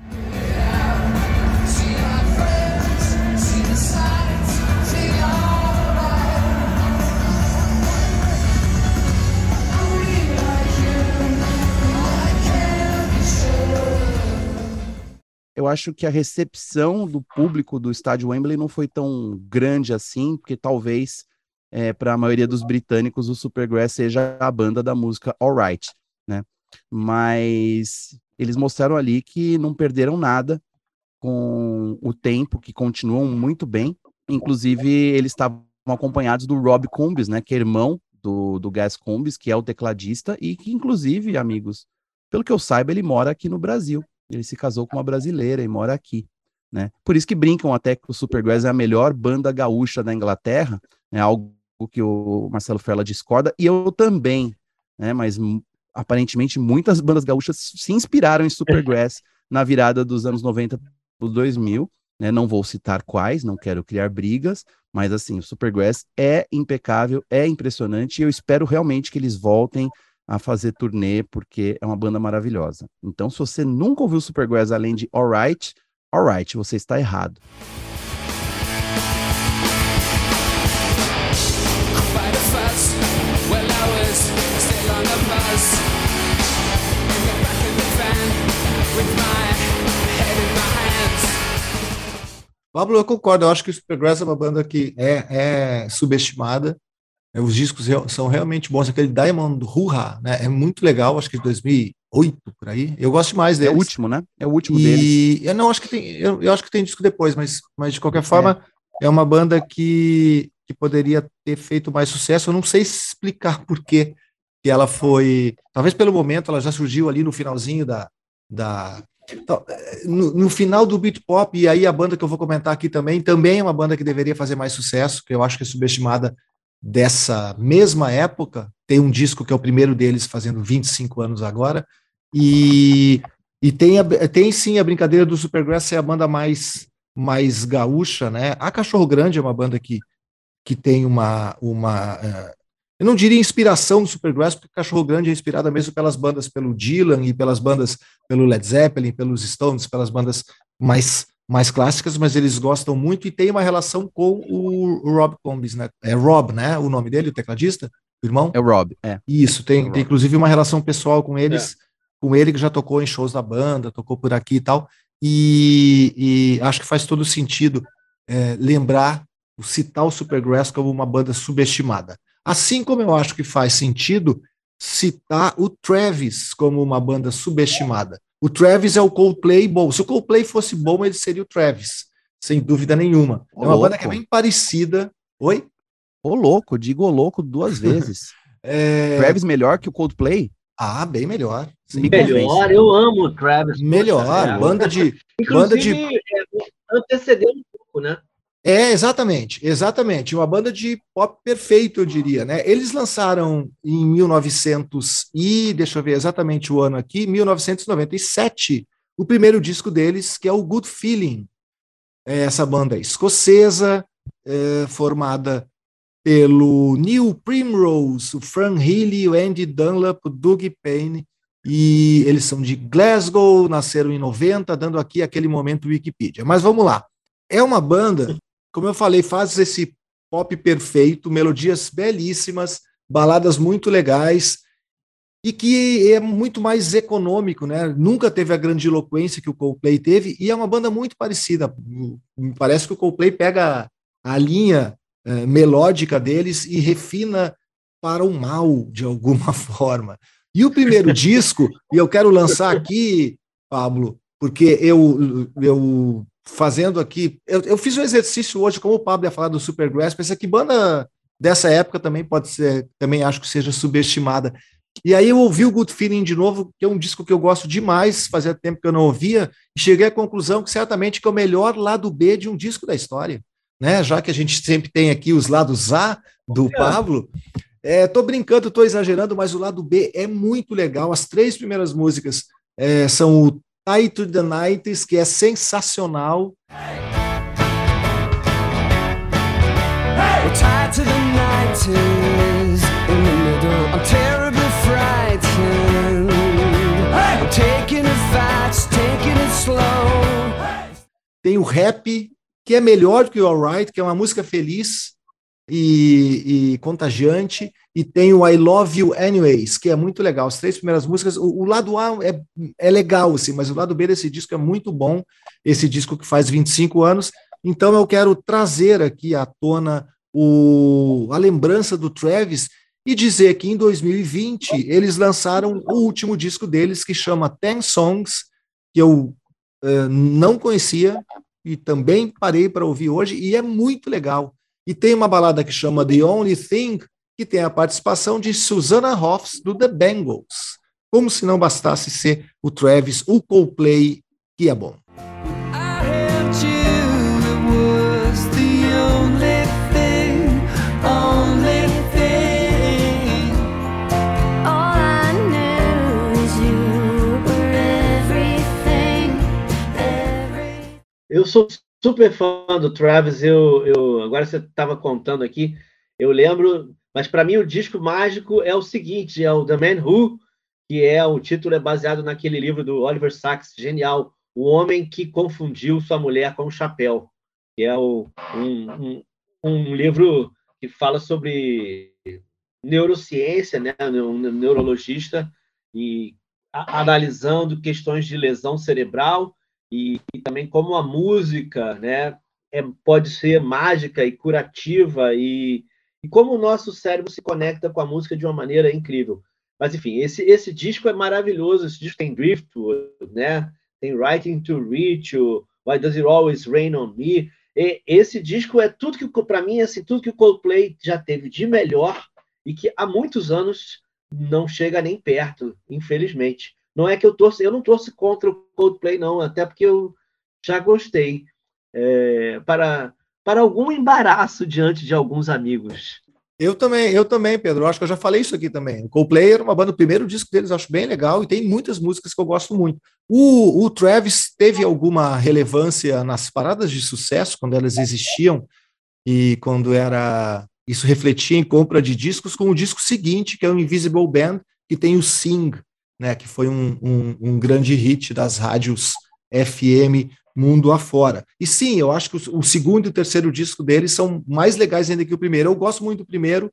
Eu acho que a recepção do público do estádio Wembley não foi tão grande assim, porque talvez é, para a maioria dos britânicos o Supergrass seja a banda da música Alright, né? Mas eles mostraram ali que não perderam nada com o tempo, que continuam muito bem. Inclusive, eles estavam acompanhados do Rob Combs, né? Que é irmão do, do Gas Combs, que é o tecladista, e que, inclusive, amigos, pelo que eu saiba, ele mora aqui no Brasil. Ele se casou com uma brasileira e mora aqui, né? Por isso que brincam até que o Supergrass é a melhor banda gaúcha da Inglaterra, né? Algo que o Marcelo Ferla discorda, e eu também, né? Mas aparentemente muitas bandas gaúchas se inspiraram em Supergrass na virada dos anos noventa para os dois mil, né? Não vou citar quais, não quero criar brigas, mas assim, o Supergrass é impecável, é impressionante, e eu espero realmente que eles voltem a fazer turnê, porque é uma banda maravilhosa. Então, se você nunca ouviu Supergrass além de Alright, Alright, você está errado. Pablo, eu concordo, eu acho que o Supergrass é uma banda que é, é subestimada. Os discos são realmente bons. Aquele Diamond Hurra, né? É muito legal, acho que de dois mil e oito, por aí. Eu gosto mais deles. É o último, né? É o último e... deles. Eu não acho que tem. Eu, eu acho que tem disco depois, mas, mas de qualquer forma, é, é uma banda que, que poderia ter feito mais sucesso. Eu não sei explicar por quê que ela foi. Talvez pelo momento, ela já surgiu ali no finalzinho da. da no, no final do beat pop, e aí a banda que eu vou comentar aqui também, também é uma banda que deveria fazer mais sucesso, que eu acho que é subestimada. Dessa mesma época, tem um disco que é o primeiro deles, fazendo vinte e cinco anos agora, e, e tem, a, tem sim a brincadeira do Supergrass ser a banda mais, mais gaúcha, né? A Cachorro Grande é uma banda que, que tem uma, uma uh, eu não diria inspiração do Supergrass, porque Cachorro Grande é inspirada mesmo pelas bandas, pelo Dylan e pelas bandas, pelo Led Zeppelin, pelos Stones, pelas bandas mais mais clássicas, mas eles gostam muito e tem uma relação com o, o Rob Combs, né? É Rob, né? O nome dele, o tecladista, o irmão? É o Rob, é. Isso, tem, é tem inclusive uma relação pessoal com eles, é. com ele que já tocou em shows da banda, tocou por aqui e tal, e, e acho que faz todo sentido é, lembrar, citar o Supergrass como uma banda subestimada. Assim como eu acho que faz sentido citar o Travis como uma banda subestimada. O Travis é o Coldplay bom. Se o Coldplay fosse bom, ele seria o Travis, sem dúvida nenhuma. Ô, é uma louco. banda que é bem parecida. Oi? Ô, louco, digo ô louco duas vezes. é... Travis melhor que o Coldplay? Ah, bem melhor. Sim, melhor, eu amo o Travis. Melhor, poxa, é. banda de... banda de... É, antecedeu um pouco, né? É, exatamente, exatamente. Uma banda de pop perfeito, eu diria, né? Eles lançaram em mil e novecentos e, deixa eu ver exatamente o ano aqui, mil novecentos e noventa e sete, o primeiro disco deles, que é o Good Feeling. É essa banda escocesa, é, formada pelo Neil Primrose, o Fran Healy, o Andy Dunlap, o Doug Payne, e eles são de Glasgow, nasceram em noventa, dando aqui aquele momento Wikipedia. Mas vamos lá. É uma banda, como eu falei, faz esse pop perfeito, melodias belíssimas, baladas muito legais, e que é muito mais econômico, né? Nunca teve a grandiloquência que o Coldplay teve, e é uma banda muito parecida. Me parece que o Coldplay pega a linha eh, melódica deles e refina para o mal, de alguma forma. E o primeiro disco, e eu quero lançar aqui, Pablo, porque eu, eu fazendo aqui, eu, eu fiz um exercício hoje, como o Pablo ia falar do Supergrass, pensei que banda dessa época também pode ser, também acho que seja subestimada. E aí eu ouvi o Good Feeling de novo, que é um disco que eu gosto demais, fazia tempo que eu não ouvia, e cheguei à conclusão que certamente que é o melhor lado B de um disco da história, né? Já que a gente sempre tem aqui os lados A do Pablo, é, tô brincando, tô exagerando, mas o lado B é muito legal. As três primeiras músicas é, são o Tie to the nineties, que é sensacional. We're tied to the nineties in the middle. I'm terribly frightened. I'm taking it fast, taking it slow. Tem o Rap, que é melhor que o Alright, que é uma música feliz e, e contagiante. E tem o I Love You Anyways, que é muito legal. As três primeiras músicas, o, o lado A é, é legal, assim, mas o lado B desse disco é muito bom. Esse disco que faz vinte e cinco anos. Então eu quero trazer aqui à tona o, a lembrança do Travis e dizer que em dois mil e vinte eles lançaram o último disco deles, que chama Ten Songs, que eu uh, não conhecia e também parei para ouvir hoje, e é muito legal. E tem uma balada que chama The Only Thing, que tem a participação de Susanna Hoffs, do The Bangles. Como se não bastasse ser o Travis, o Coldplay, que é bom. Eu sou super fã do Travis, eu, eu agora você estava contando aqui, eu lembro, mas para mim o disco mágico é o seguinte, é o The Man Who, que é o título é baseado naquele livro do Oliver Sacks, genial, O Homem que Confundiu Sua Mulher com o Chapéu, que é o, um, um, um livro que fala sobre neurociência, né, um neurologista, e a, analisando questões de lesão cerebral, E, e também como a música, né, é, pode ser mágica e curativa, e, e como o nosso cérebro se conecta com a música de uma maneira incrível. Mas, enfim, esse, esse disco é maravilhoso. Esse disco tem Driftwood, né, tem Writing to Reach, o Why Does It Always Rain on Me? E esse disco é tudo que, para mim, assim, tudo que o Coldplay já teve de melhor e que há muitos anos não chega nem perto, infelizmente. Não é que eu torço, eu não torço contra o Coldplay, não, até porque eu já gostei. É, para, para algum embaraço diante de alguns amigos. Eu também, eu também, Pedro. Acho que eu já falei isso aqui também. O Coldplay era uma banda, o primeiro disco deles eu acho bem legal e tem muitas músicas que eu gosto muito. O, o Travis teve alguma relevância nas paradas de sucesso, quando elas existiam, e quando era isso refletia em compra de discos, com o disco seguinte, que é o Invisible Band, que tem o Sing, né, que foi um, um, um grande hit das rádios F M mundo afora. E sim, eu acho que o, o segundo e o terceiro disco deles são mais legais ainda que o primeiro. Eu gosto muito do primeiro,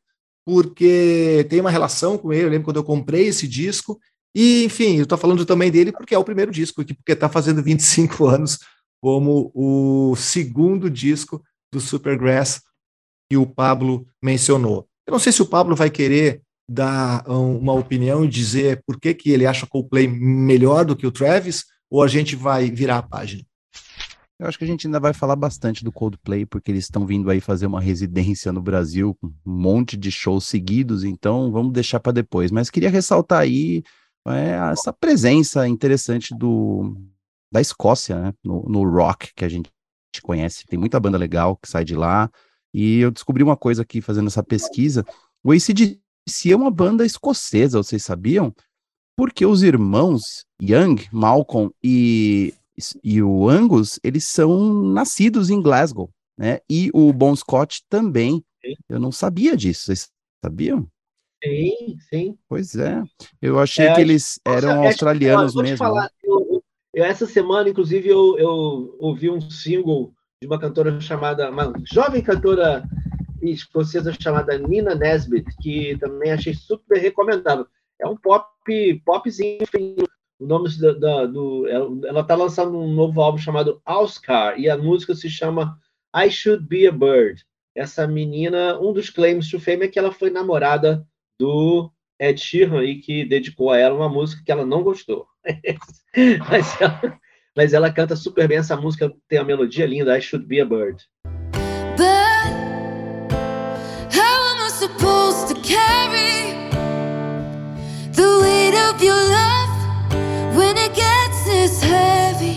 porque tem uma relação com ele. Eu lembro quando eu comprei esse disco, e enfim, eu estou falando também dele porque é o primeiro disco, porque está fazendo vinte e cinco anos, como o segundo disco do Supergrass que o Pablo mencionou. Eu não sei se o Pablo vai querer dar uma opinião e dizer por que, que ele acha o Coldplay melhor do que o Travis, ou a gente vai virar a página? Eu acho que a gente ainda vai falar bastante do Coldplay, porque eles estão vindo aí fazer uma residência no Brasil, com um monte de shows seguidos, então vamos deixar para depois. Mas queria ressaltar aí é, essa presença interessante do, da Escócia, né, no, no rock, que a gente conhece. Tem muita banda legal que sai de lá, e eu descobri uma coisa aqui fazendo essa pesquisa. O A C D C é uma banda escocesa, vocês sabiam? Porque os irmãos Young, Malcolm e, e o Angus, eles são nascidos em Glasgow, né? E o Bon Scott também Eu não sabia disso, vocês sabiam? Sim, sim. Pois é, eu achei É, que eles eram é, australianos vou te mesmo. falar, Né? eu, eu- essa semana, inclusive, eu, eu ouvi um single de uma cantora chamada, uma jovem cantora escocesa chamada Nina Nesbitt, que também achei super recomendável. É um pop, popzinho, o nome da, da, do, ela está lançando um novo álbum chamado Oscar, e a música se chama I Should Be a Bird. Essa menina, um dos claims to fame é que ela foi namorada do Ed Sheeran e que dedicou a ela uma música que ela não gostou. mas, ela, mas ela canta super bem essa música, tem a melodia linda, I Should Be a Bird. But how am I supposed to carry the weight of your love when it gets this heavy?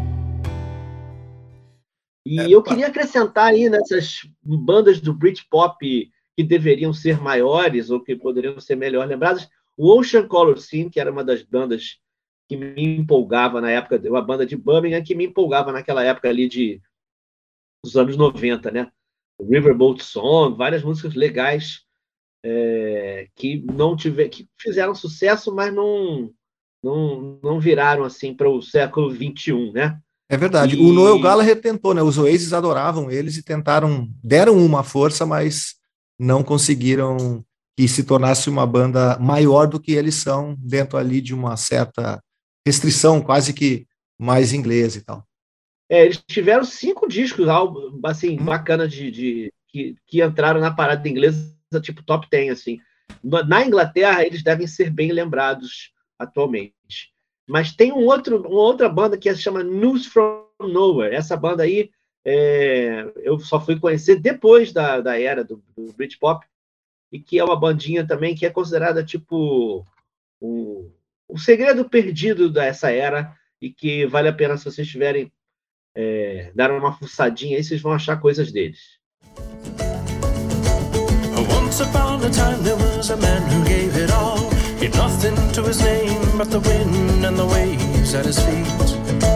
E eu queria acrescentar aí nessas bandas do Britpop que deveriam ser maiores ou que poderiam ser melhor lembradas, o Ocean Colour Scene, que era uma das bandas que me empolgava na época, uma banda de Birmingham que me empolgava naquela época ali de dos anos noventa, né? Riverboat Song, várias músicas legais é, que não tiver, que fizeram sucesso, mas não não, não viraram assim para o século vinte e um, né? É verdade. E... O Noel Gallagher tentou, né? Os Oasis adoravam eles e tentaram, deram uma força, mas não conseguiram que se tornasse uma banda maior do que eles são, dentro ali de uma certa restrição, quase que mais inglesa e tal. É, eles tiveram cinco discos assim, hum. bacanas de, de, que, que entraram na parada inglesa, tipo top dez, assim. Na Inglaterra, eles devem ser bem lembrados atualmente. Mas tem um outro, uma outra banda que se chama News from Nowhere. Essa banda aí, é, eu só fui conhecer depois da, da era do, do Britpop, e que é uma bandinha também que é considerada tipo um, um segredo perdido dessa era, e que vale a pena, se vocês tiverem é, dar uma fuçadinha aí, vocês vão achar coisas deles. Once upon a time there was a man who gave it all. He'd nothing to his name but the wind and the waves at his feet.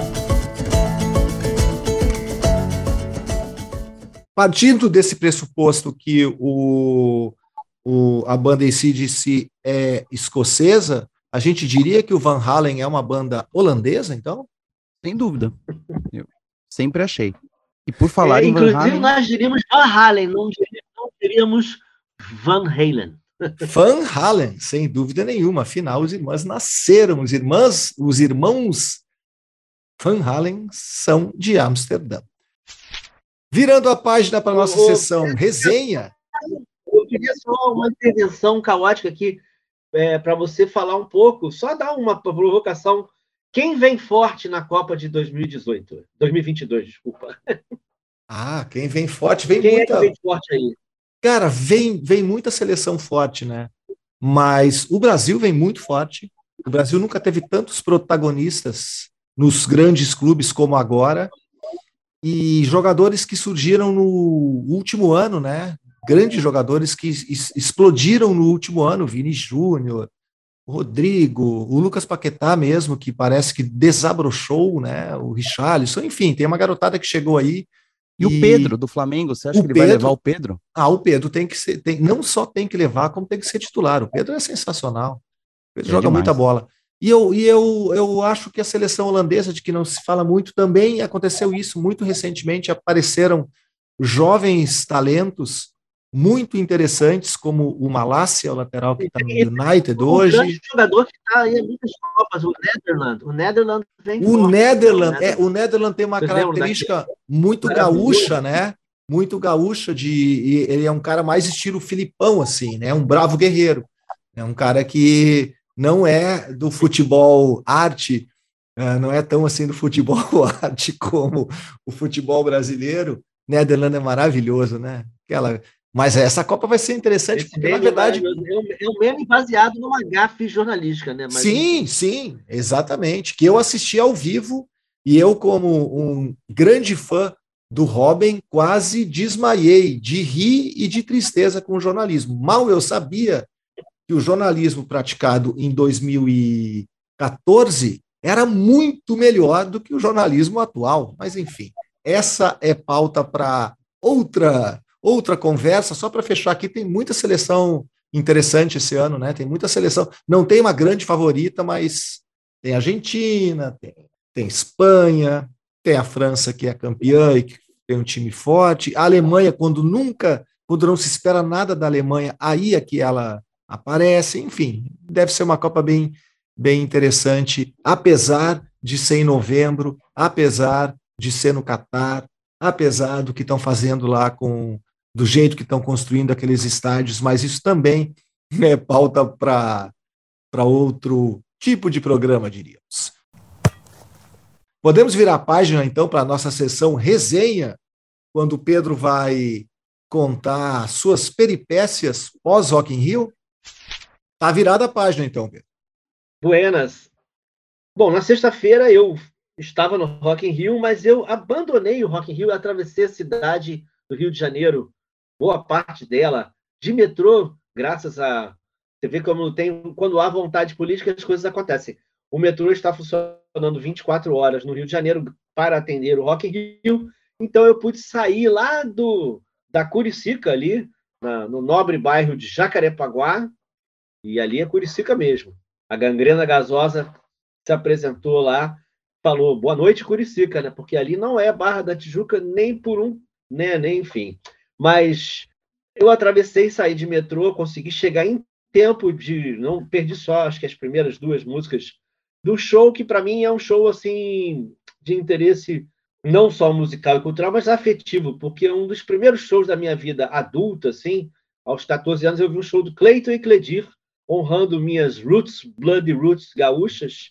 Partindo desse pressuposto que o, o, a banda A C D C é escocesa, a gente diria que o Van Halen é uma banda holandesa, então? Sem dúvida. Eu sempre achei. E por falar é, em inclusive, Van Halen... nós diríamos Van Halen, não diríamos, não diríamos Van Halen. Van Halen, sem dúvida nenhuma. Afinal, os irmãos nasceram, os irmãs, os irmãos Van Halen são de Amsterdã. Virando a página para a nossa o, sessão o, resenha. Eu queria só uma intervenção caótica aqui é, para você falar um pouco, só dar uma provocação. Quem vem forte na Copa de dois mil e dezoito? dois mil e vinte e dois, desculpa. Ah, quem vem forte, vem quem muita... é que vem forte aí? Cara, vem, vem muita seleção forte, né? Mas o Brasil vem muito forte. O Brasil nunca teve tantos protagonistas nos grandes clubes como agora. E jogadores que surgiram no último ano, né? Grandes jogadores que es- explodiram no último ano. Vini Júnior, o Rodrigo, o Lucas Paquetá mesmo, que parece que desabrochou, né? O Richarlison, enfim, tem uma garotada que chegou aí. E, e o Pedro, do Flamengo, você acha que ele Pedro, vai levar o Pedro? Ah, o Pedro tem que ser, tem, não só tem que levar, como tem que ser titular. O Pedro é sensacional. O Pedro é joga demais. Muita bola. E, eu, e eu, eu acho que a seleção holandesa, de que não se fala muito, também aconteceu isso muito recentemente. Apareceram jovens talentos muito interessantes, como o Malásia, o lateral que está no United o hoje. O jogador que está aí em muitas Copas, o Netherlands. O Netherlands vem O forte, Netherlands, né? é, o Netherlands tem uma Vocês característica muito gaúcha, né? Muito gaúcha, de, ele é um cara mais estilo Filipão, assim, né? Um bravo guerreiro. É um cara que não é do futebol arte, não é tão assim do futebol arte como o futebol brasileiro. Netherlands é maravilhoso, né? Aquela... Mas essa Copa vai ser interessante, Esse porque, na verdade... É um meme baseado numa gafe jornalística, né? Mas... Sim, sim, exatamente. Que eu assisti ao vivo e eu, como um grande fã do Robin, quase desmaiei de rir e de tristeza com o jornalismo. Mal eu sabia que o jornalismo praticado em dois mil e quatorze era muito melhor do que o jornalismo atual. Mas, enfim, essa é pauta para outra... outra conversa, só para fechar aqui, tem muita seleção interessante esse ano, né? Tem muita seleção. Não tem uma grande favorita, mas tem Argentina, tem, tem Espanha, tem a França, que é campeã e que tem um time forte. A Alemanha, quando nunca, quando não se espera nada da Alemanha, aí é que ela aparece. Enfim, deve ser uma Copa bem, bem interessante, apesar de ser em novembro, apesar de ser no Catar, apesar do que estão fazendo lá com do jeito que estão construindo aqueles estádios, mas isso também é pauta para para outro tipo de programa, diríamos. Podemos virar a página, então, para a nossa sessão resenha, quando o Pedro vai contar suas peripécias pós-Rock in Rio? Está virada a página, então, Pedro. Buenas. Bom, na sexta-feira eu estava no Rock in Rio, mas eu abandonei o Rock in Rio e atravessei a cidade do Rio de Janeiro, boa parte dela, de metrô, graças a... Você vê como tem, quando há vontade política, as coisas acontecem. O metrô está funcionando vinte e quatro horas no Rio de Janeiro para atender o Rock in Rio, então eu pude sair lá do, da Curicica, ali, na, no nobre bairro de Jacarepaguá, e ali é Curicica mesmo. A Gangrena Gasosa se apresentou lá, falou, boa noite, Curicica, né? Porque ali não é Barra da Tijuca nem por um, né? Nem enfim. Mas eu atravessei, saí de metrô, consegui chegar em tempo de... Não perdi só, acho que as primeiras duas músicas do show, que para mim é um show assim de interesse não só musical e cultural, mas afetivo, porque é um dos primeiros shows da minha vida adulta, assim, aos quatorze anos eu vi um show do Cleiton e Cledir, honrando minhas roots, blood roots gaúchas,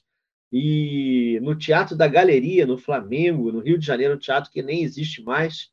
e no Teatro da Galeria, no Flamengo, no Rio de Janeiro, um teatro que nem existe mais,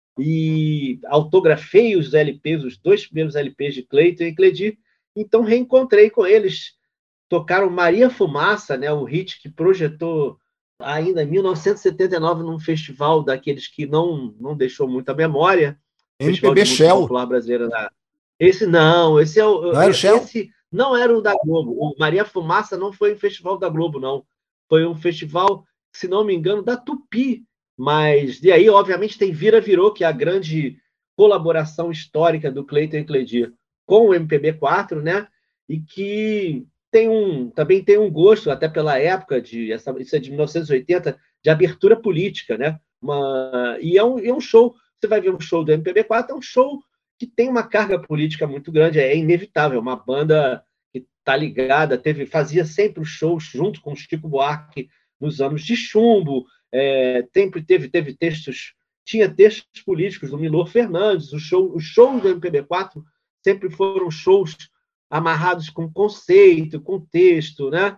e autografei os L Ps, os dois primeiros L Ps de Cleiton e Cledir, então reencontrei com eles, tocaram Maria Fumaça, né, o hit que projetou ainda em mil novecentos e setenta e nove num festival daqueles que não, não deixou muita memória, M P B Shell. Popular Brasileira da... Esse não, esse é o... Não era o Shell? Esse não era o da Globo. O Maria Fumaça não foi um festival da Globo, não. Foi um festival, se não me engano, da Tupi. Mas, e aí, obviamente, tem Vira Virou, que é a grande colaboração histórica do Cleiton e Cledir com o M P B quatro, né? E que tem um, também tem um gosto, até pela época, de, essa, isso é de mil novecentos e oitenta, de abertura política, né? Uma, e é um, é um show, você vai ver um show do M P B quatro, é um show que tem uma carga política muito grande, é inevitável, uma banda que está ligada, teve, fazia sempre os shows junto com o Chico Buarque nos anos de chumbo, é, sempre teve, teve textos, tinha textos políticos do Milor Fernandes, o show, os shows do M P B quatro sempre foram shows amarrados com conceito, com texto, né?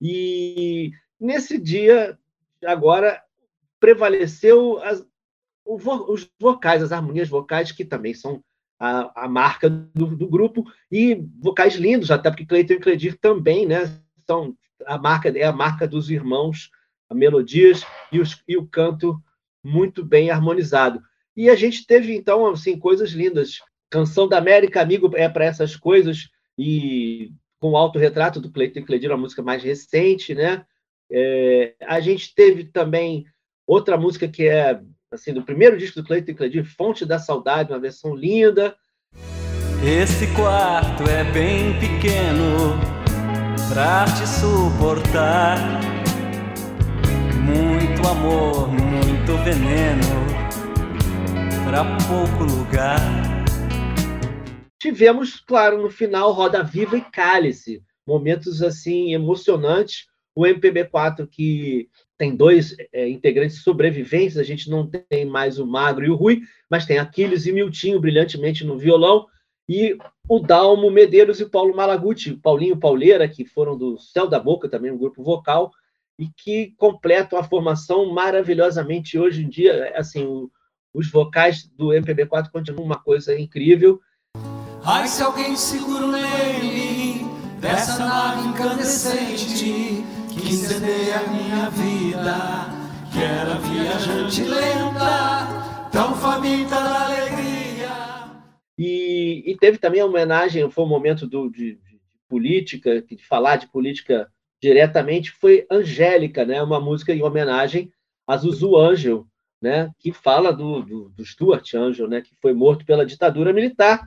E nesse dia, agora, prevaleceu as, os vocais, as harmonias vocais, que também são a, a marca do, do grupo, e vocais lindos, até porque Cleiton e Cledir também, né? São a marca, é a marca dos irmãos, as melodias e, os, e o canto muito bem harmonizado. E a gente teve, então, assim, coisas lindas. Canção da América, Amigo é para essas coisas, e com o autorretrato do Cleiton e Cledir, uma música mais recente, né? É, a gente teve também outra música que é assim, do primeiro disco do Cleiton e Cledir, Fonte da Saudade, uma versão linda. Esse quarto é bem pequeno pra te suportar, muito amor, muito veneno pra pouco lugar. Tivemos, claro, no final, Roda Viva e Cálice, momentos assim emocionantes. O M P B quatro, que tem dois é, integrantes sobreviventes, a gente não tem mais o Magro e o Rui, mas tem Aquiles e Miltinho brilhantemente no violão, e o Dalmo Medeiros e o Paulo Malaguti, Paulinho Pauleira, que foram do Céu da Boca, também um grupo vocal, e que completam a formação maravilhosamente hoje em dia. Assim, o, os vocais do M P B quatro continuam uma coisa incrível. Ai, se alguém segura o leme dessa nave incandescente que incendeia a minha vida, que era viajante lenta, tão faminta da alegria. E, e teve também a homenagem, foi um momento do, de, de política, de falar de política diretamente, foi Angélica, né? Uma música em homenagem a Zuzu Ângel, né, que fala do, do, do Stuart Angel, né, que foi morto pela ditadura militar,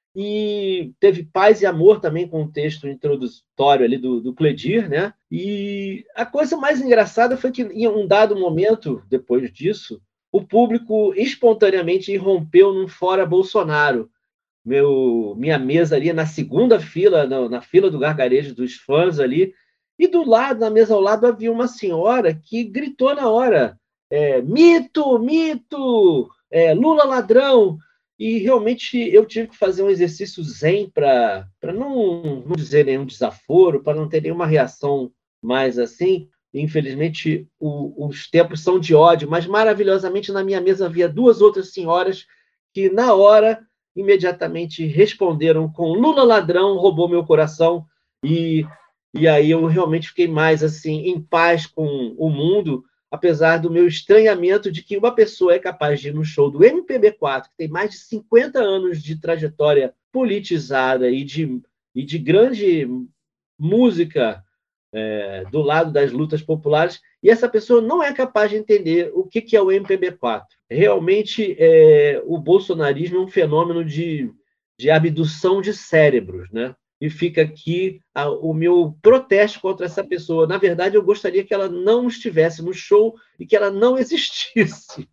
e teve Paz e Amor também, com um texto introdutório ali do, do Cledir, né? E a coisa mais engraçada foi que, em um dado momento, depois disso, o público espontaneamente irrompeu num fora Bolsonaro. Meu, minha mesa ali na segunda fila, na, na fila do gargarejo dos fãs ali, e do lado, na mesa ao lado, havia uma senhora que gritou na hora, é, mito, mito, é, Lula ladrão. E realmente eu tive que fazer um exercício zen para não, não dizer nenhum desaforo, para não ter nenhuma reação mais assim. Infelizmente, o, os tempos são de ódio, mas maravilhosamente na minha mesa havia duas outras senhoras que, na hora, imediatamente responderam com Lula ladrão, roubou meu coração. E, e aí eu realmente fiquei mais assim em paz com o mundo, apesar do meu estranhamento de que uma pessoa é capaz de ir no show do M P B quatro, que tem mais de cinquenta anos de trajetória politizada e de, e de grande música é, do lado das lutas populares, e essa pessoa não é capaz de entender o que, que é o M P B quatro. Realmente, é, o bolsonarismo é um fenômeno de, de abdução de cérebros, né? E fica aqui a, o meu protesto contra essa pessoa. Na verdade, eu gostaria que ela não estivesse no show e que ela não existisse.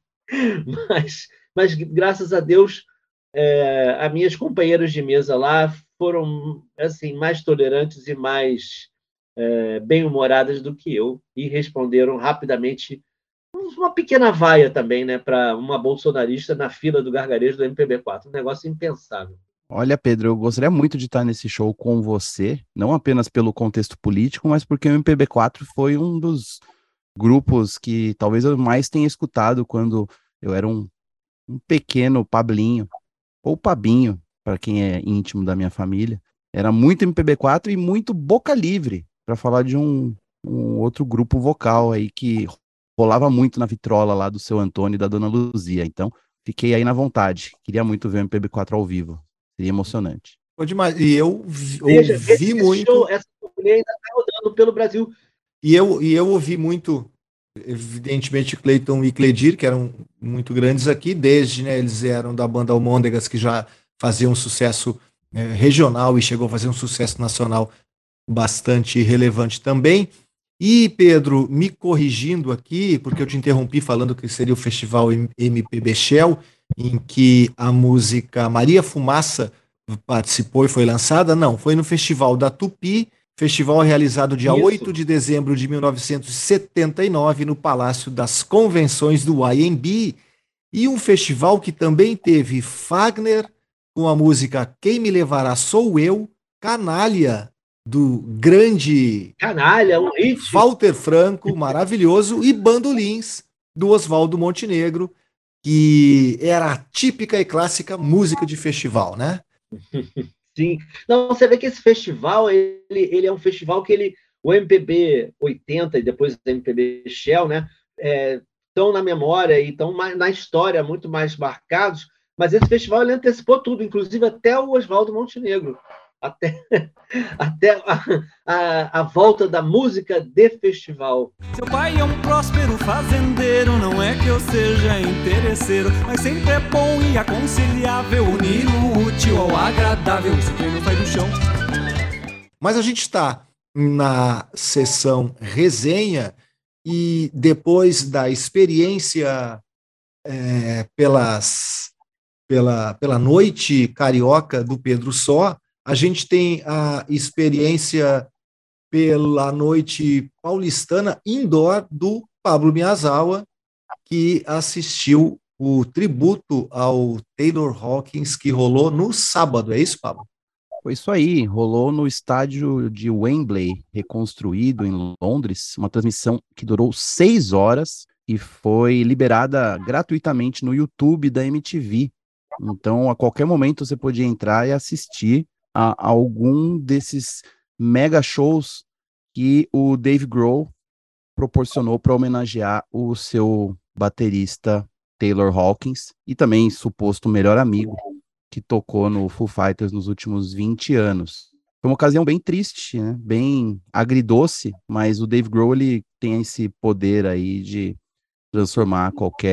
Mas, mas graças a Deus, é, as minhas companheiras de mesa lá foram assim, mais tolerantes e mais é, bem-humoradas do que eu, e responderam rapidamente uma pequena vaia também, né, para uma bolsonarista na fila do gargarejo do M P B quatro. Um negócio impensável. Olha, Pedro, eu gostaria muito de estar nesse show com você, não apenas pelo contexto político, mas porque o M P B quatro foi um dos grupos que talvez eu mais tenha escutado quando eu era um, um pequeno Pablinho, ou Pabinho, para quem é íntimo da minha família. Era muito M P B quatro e muito Boca Livre, para falar de um, um outro grupo vocal aí que rolava muito na vitrola lá do seu Antônio e da Dona Luzia. Então, fiquei aí na vontade. Queria muito ver o M P B quatro ao vivo. Seria emocionante. Foi demais. E eu vi, Veja, ouvi esse muito. Show, essa turnê ainda está rodando pelo Brasil. E eu, e eu ouvi muito, evidentemente, Cleiton e Cledir, que eram muito grandes aqui, desde, né, eles eram da banda Almôndegas, que já fazia um sucesso é, regional e chegou a fazer um sucesso nacional bastante relevante também. E, Pedro, me corrigindo aqui, porque eu te interrompi falando que seria o festival M P B Shell, em que a música Maria Fumaça participou e foi lançada. Não, foi no Festival da Tupi, festival realizado dia Isso. oito de dezembro de mil novecentos e setenta e nove no Palácio das Convenções do I M B, e um festival que também teve Fagner com a música Quem Me Levará Sou Eu, Canalha, do grande Canalha, um hit. Walter Franco, maravilhoso, e Bandolins, do Oswaldo Montenegro, que era a típica e clássica música de festival, né? Sim. Não, você vê que esse festival, ele, ele é um festival que ele, o M P B oitenta e depois o M P B Shell, né, é, estão na memória e estão na história muito mais marcados, mas esse festival ele antecipou tudo, inclusive até o Oswaldo Montenegro, até, até a, a, a volta da música de festival. Seu pai é um próspero fazendeiro, não é que eu seja interesseiro, mas sempre é bom e aconselhável unir o útil ao agradável, se quem não sai do chão. Mas a gente está na sessão resenha e depois da experiência é, pelas, pela, pela noite carioca do Pedro Só, a gente tem a experiência pela noite paulistana indoor do Pablo Miyazawa, que assistiu o tributo ao Taylor Hawkins que rolou no sábado. É isso, Pablo? Foi isso aí, rolou no estádio de Wembley, reconstruído em Londres, uma transmissão que durou seis horas e foi liberada gratuitamente no YouTube da M T V. Então, a qualquer momento você podia entrar e assistir a algum desses mega shows que o Dave Grohl proporcionou para homenagear o seu baterista Taylor Hawkins e também suposto melhor amigo que tocou no Foo Fighters nos últimos vinte anos. Foi uma ocasião bem triste, né? Bem agridoce, mas o Dave Grohl ele tem esse poder aí de transformar qualquer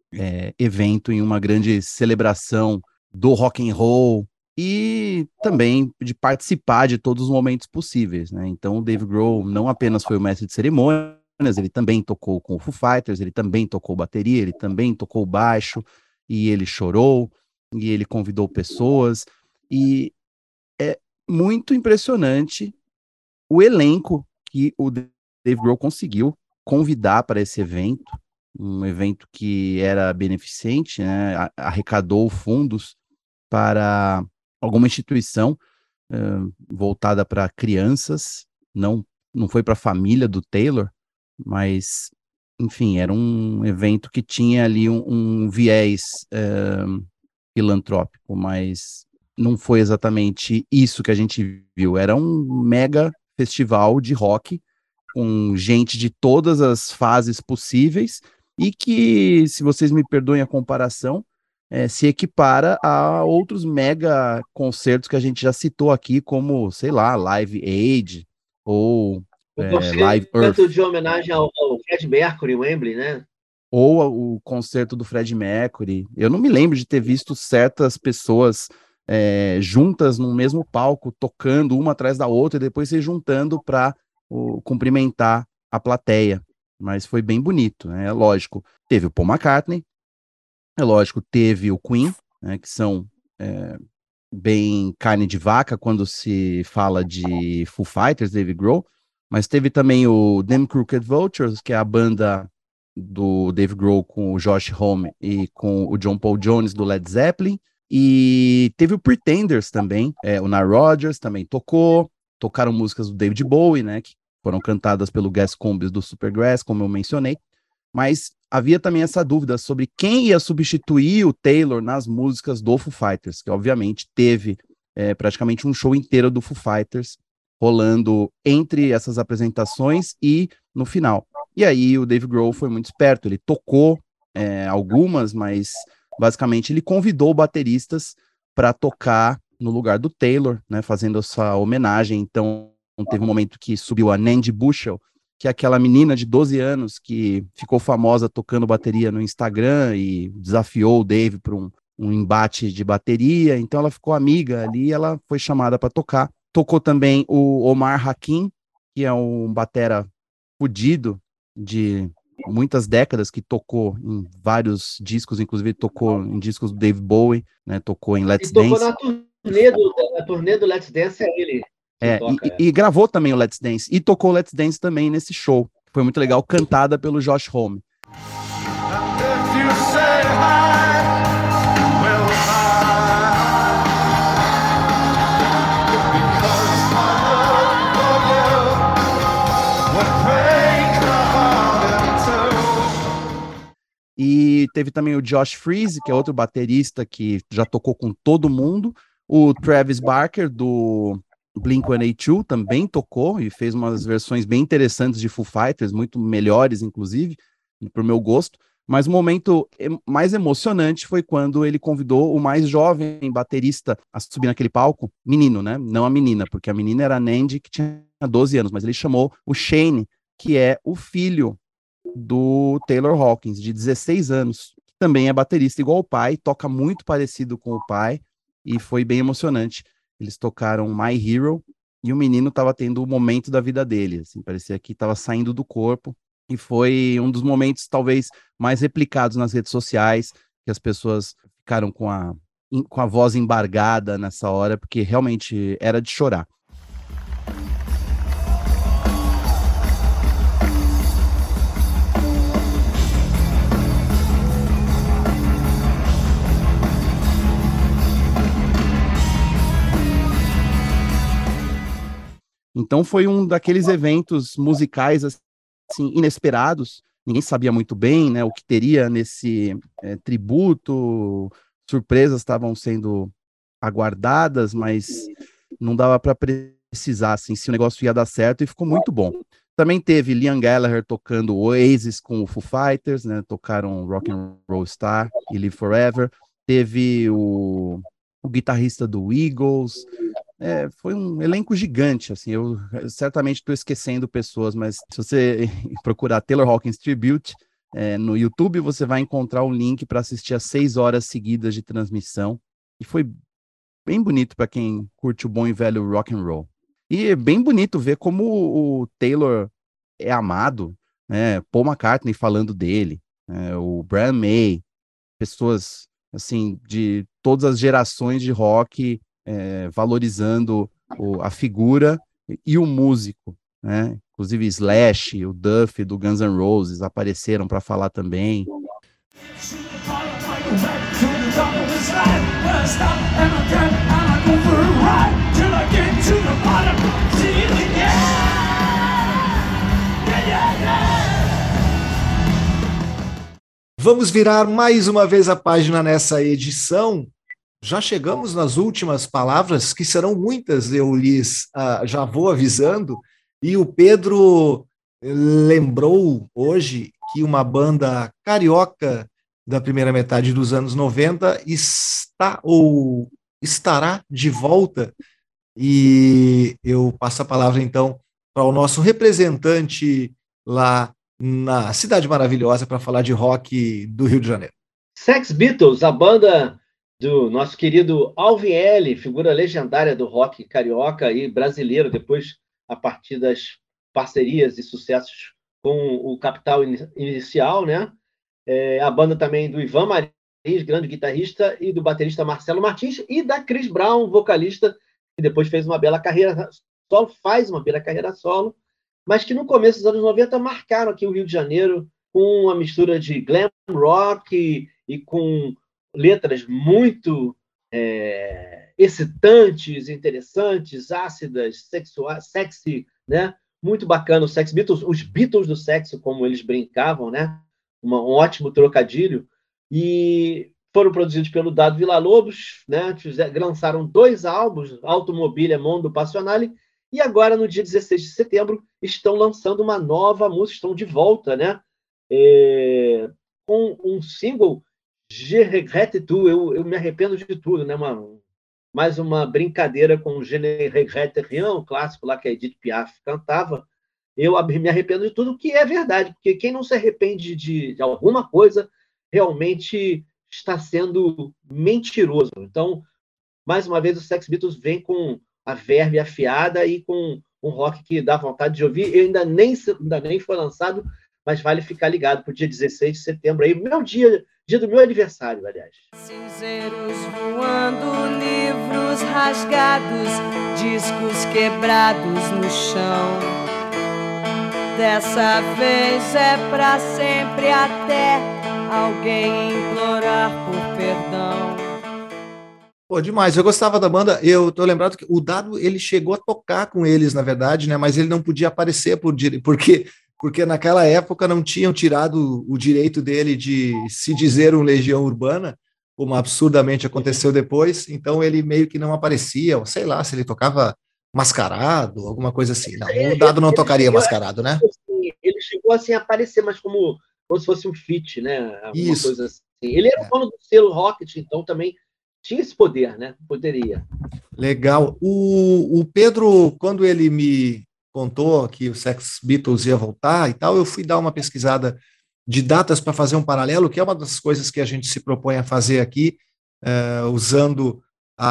é, evento, em uma grande celebração do rock and roll, e também de participar de todos os momentos possíveis, né? Então o Dave Grohl não apenas foi o mestre de cerimônias, ele também tocou com o Foo Fighters, ele também tocou bateria, ele também tocou baixo, e ele chorou, e ele convidou pessoas, e é muito impressionante o elenco que o Dave Grohl conseguiu convidar para esse evento, um evento que era beneficente, né? Arrecadou fundos para alguma instituição uh, voltada para crianças, não, não foi para a família do Taylor, mas, enfim, era um evento que tinha ali um, um viés uh, filantrópico, mas não foi exatamente isso que a gente viu. Era um mega festival de rock com gente de todas as fases possíveis e que, se vocês me perdoem a comparação, é, se equipara a outros mega concertos que a gente já citou aqui, como, sei lá, Live Aid ou O é, concerto Live Earth. de homenagem ao, ao Fred Mercury, Wembley, né? Ou o concerto do Fred Mercury. Eu não me lembro de ter visto certas pessoas é, juntas no mesmo palco, tocando uma atrás da outra e depois se juntando para cumprimentar a plateia. Mas foi bem bonito, né? É lógico. Teve o Paul McCartney, é lógico, teve o Queen, né, que são é, bem carne de vaca quando se fala de Foo Fighters, Dave Grohl, mas teve também o Them Crooked Vultures, que é a banda do Dave Grohl com o Josh Homme e com o John Paul Jones do Led Zeppelin, e teve o Pretenders também, é, o Nile Rodgers também tocou, tocaram músicas do David Bowie, né, que foram cantadas pelo Gas Combs do Supergrass, como eu mencionei, mas havia também essa dúvida sobre quem ia substituir o Taylor nas músicas do Foo Fighters, que obviamente teve é, praticamente um show inteiro do Foo Fighters rolando entre essas apresentações e no final. E aí o Dave Grohl foi muito esperto, ele tocou é, algumas, mas basicamente ele convidou bateristas para tocar no lugar do Taylor, né, fazendo essa homenagem. Então teve um momento que subiu a Nandy Bushell, que é aquela menina de doze anos que ficou famosa tocando bateria no Instagram e desafiou o Dave para um, um embate de bateria, então ela ficou amiga ali e ela foi chamada para tocar. Tocou também o Omar Hakim, que é um batera fudido de muitas décadas, que tocou em vários discos, inclusive tocou em discos do Dave Bowie, né, tocou em Let's E tocou Dance. na turnê do, na turnê do Let's Dance, é ele. É, toca, e, é. e gravou também o Let's Dance, e tocou o Let's Dance também nesse show. Foi muito legal, cantada pelo Josh Homme. E teve também o Josh Freese, que é outro baterista que já tocou com todo mundo. O Travis Barker, do Blink one eighty-two, também tocou e fez umas versões bem interessantes de Foo Fighters, muito melhores, inclusive, para o meu gosto. Mas o momento mais emocionante foi quando ele convidou o mais jovem baterista a subir naquele palco, menino, né? Não a menina, porque a menina era a Nandy, que tinha doze anos, mas ele chamou o Shane, que é o filho do Taylor Hawkins, de dezesseis anos, que também é baterista igual o pai, toca muito parecido com o pai, e foi bem emocionante. Eles tocaram My Hero, e o menino estava tendo o momento da vida dele, assim, parecia que estava saindo do corpo, e foi um dos momentos talvez mais replicados nas redes sociais, que as pessoas ficaram com a, com a voz embargada nessa hora, porque realmente era de chorar. Então foi um daqueles eventos musicais assim, inesperados, ninguém sabia muito bem, né, o que teria nesse é, tributo, surpresas estavam sendo aguardadas, mas não dava para precisar assim, se o negócio ia dar certo, e ficou muito bom. Também teve Liam Gallagher tocando Oasis com o Foo Fighters, né, tocaram Rock and Roll Star e Live Forever, teve o, o guitarrista do Eagles. É, foi um elenco gigante, assim, eu, eu certamente estou esquecendo pessoas, mas se você procurar Taylor Hawkins Tribute, É, no YouTube você vai encontrar o link para assistir as seis horas seguidas de transmissão. E foi bem bonito para quem curte o bom e velho rock and roll. E é bem bonito ver como o Taylor é amado, né? Paul McCartney falando dele, né? O Brian May, pessoas assim de todas as gerações de rock é, valorizando o, a figura e o músico, né? Inclusive Slash, o Duff do Guns N' Roses apareceram para falar também. Vamos virar mais uma vez a página nessa edição. Já chegamos nas últimas palavras, que serão muitas, eu lhes uh, já vou avisando. E o Pedro lembrou hoje que uma banda carioca da primeira metade dos anos noventa está ou estará de volta. E eu passo a palavra, então, para o nosso representante lá na Cidade Maravilhosa para falar de rock do Rio de Janeiro. Sex Beatles, a banda do nosso querido Alvin Ailey, figura legendária do rock carioca e brasileiro, depois a partir das parcerias e sucessos com o Capital Inicial, né? É, a banda também do Ivan Marins, grande guitarrista, e do baterista Marcelo Martins, e da Chris Brown, vocalista, que depois fez uma bela carreira solo, faz uma bela carreira solo, mas que no começo dos anos noventa marcaram aqui o Rio de Janeiro com uma mistura de glam rock e, e com letras muito é, excitantes, interessantes, ácidas, sexuais, sexy, né? Muito bacana o Sex Beatles, os Beatles do sexo, como eles brincavam, né? Uma, um ótimo trocadilho. E foram produzidos pelo Dado Villa-Lobos, né? Lançaram dois álbuns, Automobile Mondo Passionale, e agora, no dia dezesseis de setembro, estão lançando uma nova música, estão de volta, né? É, com um single, Je regrette tout, eu, eu me arrependo de tudo, né? Uma, mais uma brincadeira com Je ne regrette rien, um clássico lá que a Edith Piaf cantava. Eu me arrependo de tudo, que é verdade, porque quem não se arrepende de, de alguma coisa realmente está sendo mentiroso. Então, mais uma vez, o Sex Beatles vem com a verve afiada e com um rock que dá vontade de ouvir. Eu ainda nem, ainda nem foi lançado, mas vale ficar ligado para o dia dezesseis de setembro, aí, meu dia, dia do meu aniversário, aliás. Cinzeiros voando, livros rasgados, discos quebrados no chão. Dessa vez é para sempre, até alguém implorar por perdão. Pô, demais. Eu gostava da banda. Eu tô lembrado que o Dado, ele chegou a tocar com eles, na verdade, né? Mas ele não podia aparecer por porque porque naquela época não tinham tirado o direito dele de se dizer um Legião Urbana, como absurdamente aconteceu depois. Então ele meio que não aparecia, ou sei lá, se ele tocava mascarado, alguma coisa assim. Não, o Dado não tocaria mascarado, né? Ele chegou assim a aparecer, mas como, como se fosse um feat, né? Alguma Isso. Coisa assim. Ele era o dono do selo Rocket, então também tinha esse poder, né? Poderia. Legal. O, o Pedro, quando ele me contou que o Sex Beatles ia voltar e tal, eu fui dar uma pesquisada de datas para fazer um paralelo, que é uma das coisas que a gente se propõe a fazer aqui, é, usando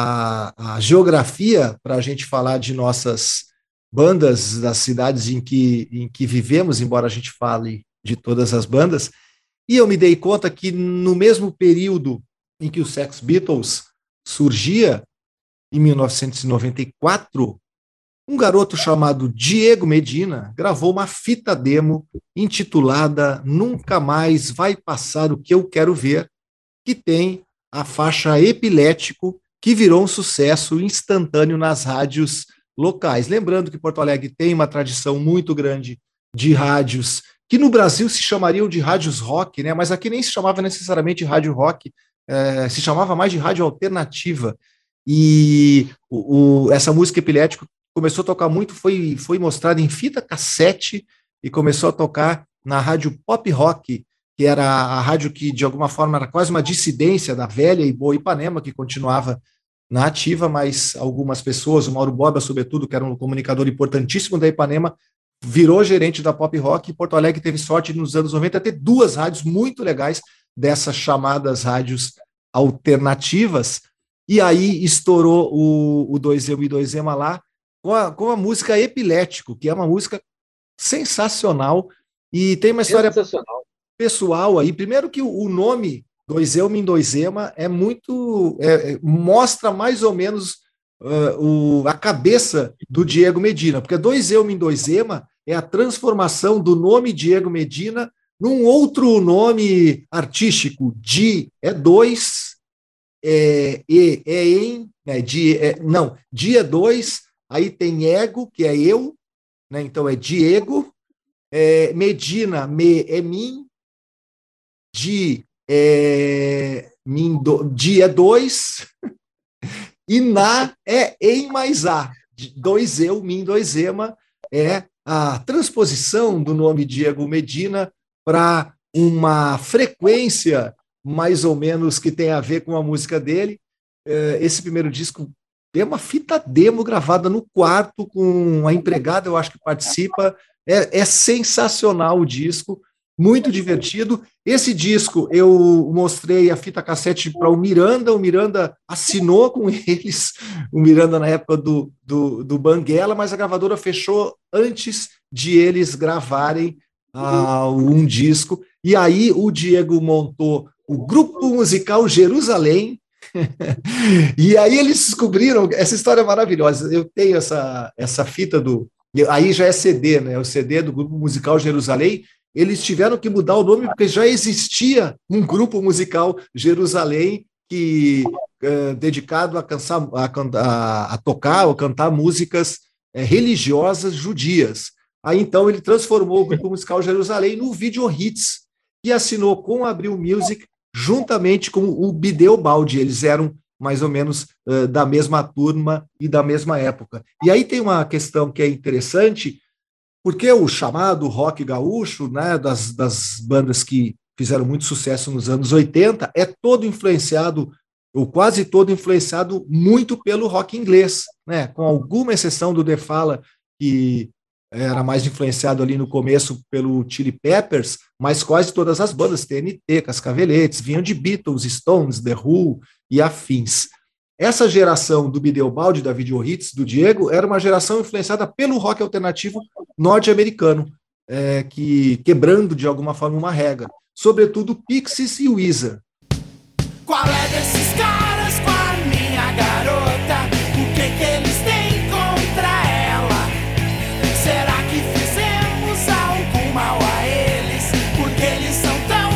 a, a geografia para a gente falar de nossas bandas, das cidades em que, em que vivemos, embora a gente fale de todas as bandas. E eu me dei conta que no mesmo período em que o Sex Beatles surgia, em mil novecentos e noventa e quatro, um garoto chamado Diego Medina gravou uma fita demo intitulada Nunca Mais Vai Passar o Que Eu Quero Ver, que tem a faixa Epilético, que virou um sucesso instantâneo nas rádios locais. Lembrando que Porto Alegre tem uma tradição muito grande de rádios, que no Brasil se chamariam de rádios rock, né? Mas aqui nem se chamava necessariamente rádio rock, É, se chamava mais de rádio alternativa, e o, o, essa música Epilético começou a tocar muito, foi, foi mostrada em fita cassete e começou a tocar na rádio Pop Rock, que era a rádio que de alguma forma era quase uma dissidência da velha e boa Ipanema, que continuava na ativa, mas algumas pessoas, o Mauro Borba sobretudo, que era um comunicador importantíssimo da Ipanema, virou gerente da Pop Rock, e Porto Alegre teve sorte nos anos noventa ter duas rádios muito legais, dessas chamadas rádios alternativas, e aí estourou o, o dois Eu e dois Ema lá, com a, com a música Epilético, que é uma música sensacional, e tem uma história pessoal aí. Primeiro que o, o nome dois Eu e dois Ema é muito, é, mostra mais ou menos uh, o, a cabeça do Diego Medina, porque dois Eu e dois Ema é a transformação do nome Diego Medina num outro nome artístico. Di é dois, é, e é em, né, di, é, não, Di é dois, aí tem ego, que é eu, né, então é Diego, é, Medina, me é mim, Di é, mim do, Di é dois, e na é em mais a, dois Eu, mim, dois Ema, é a transposição do nome Diego Medina para uma frequência mais ou menos que tem a ver com a música dele. Esse primeiro disco tem uma fita demo gravada no quarto com a empregada, eu acho que participa. É, é sensacional o disco, muito divertido. Esse disco eu mostrei a fita cassete para o Miranda, o Miranda assinou com eles, o Miranda na época do, do, do Banguela, mas a gravadora fechou antes de eles gravarem uh, um disco, e aí o Diego montou o grupo musical Jerusalém, e aí eles descobriram, essa história é maravilhosa, eu tenho essa, essa fita do, aí já é C D, né, o C D do grupo musical Jerusalém. Eles tiveram que mudar o nome porque já existia um grupo musical Jerusalém que é, dedicado a, cansar, a, a, a tocar ou cantar músicas é, religiosas judias. Aí então ele transformou o grupo musical Jerusalém no Video Hits, que assinou com a Abril Music juntamente com o Bideu Baldi. Eles eram mais ou menos uh, da mesma turma e da mesma época. E aí tem uma questão que é interessante, porque o chamado rock gaúcho, né, das, das bandas que fizeram muito sucesso nos anos oitenta, é todo influenciado, ou quase todo influenciado, muito pelo rock inglês, né, com alguma exceção do The Fala, que era mais influenciado ali no começo pelo Chili Peppers, mas quase todas as bandas, T N T, Cascaveletes, vinham de Beatles, Stones, The Who e afins. Essa geração do Bideu Baldi, da Video Hits, do Diego, era uma geração influenciada pelo rock alternativo norte-americano, é, que quebrando de alguma forma uma regra, sobretudo Pixies e Weezer. Qual é desses caras com a minha garota? O que que eles têm contra ela? Será que fizemos algum mal a eles? Porque eles são tão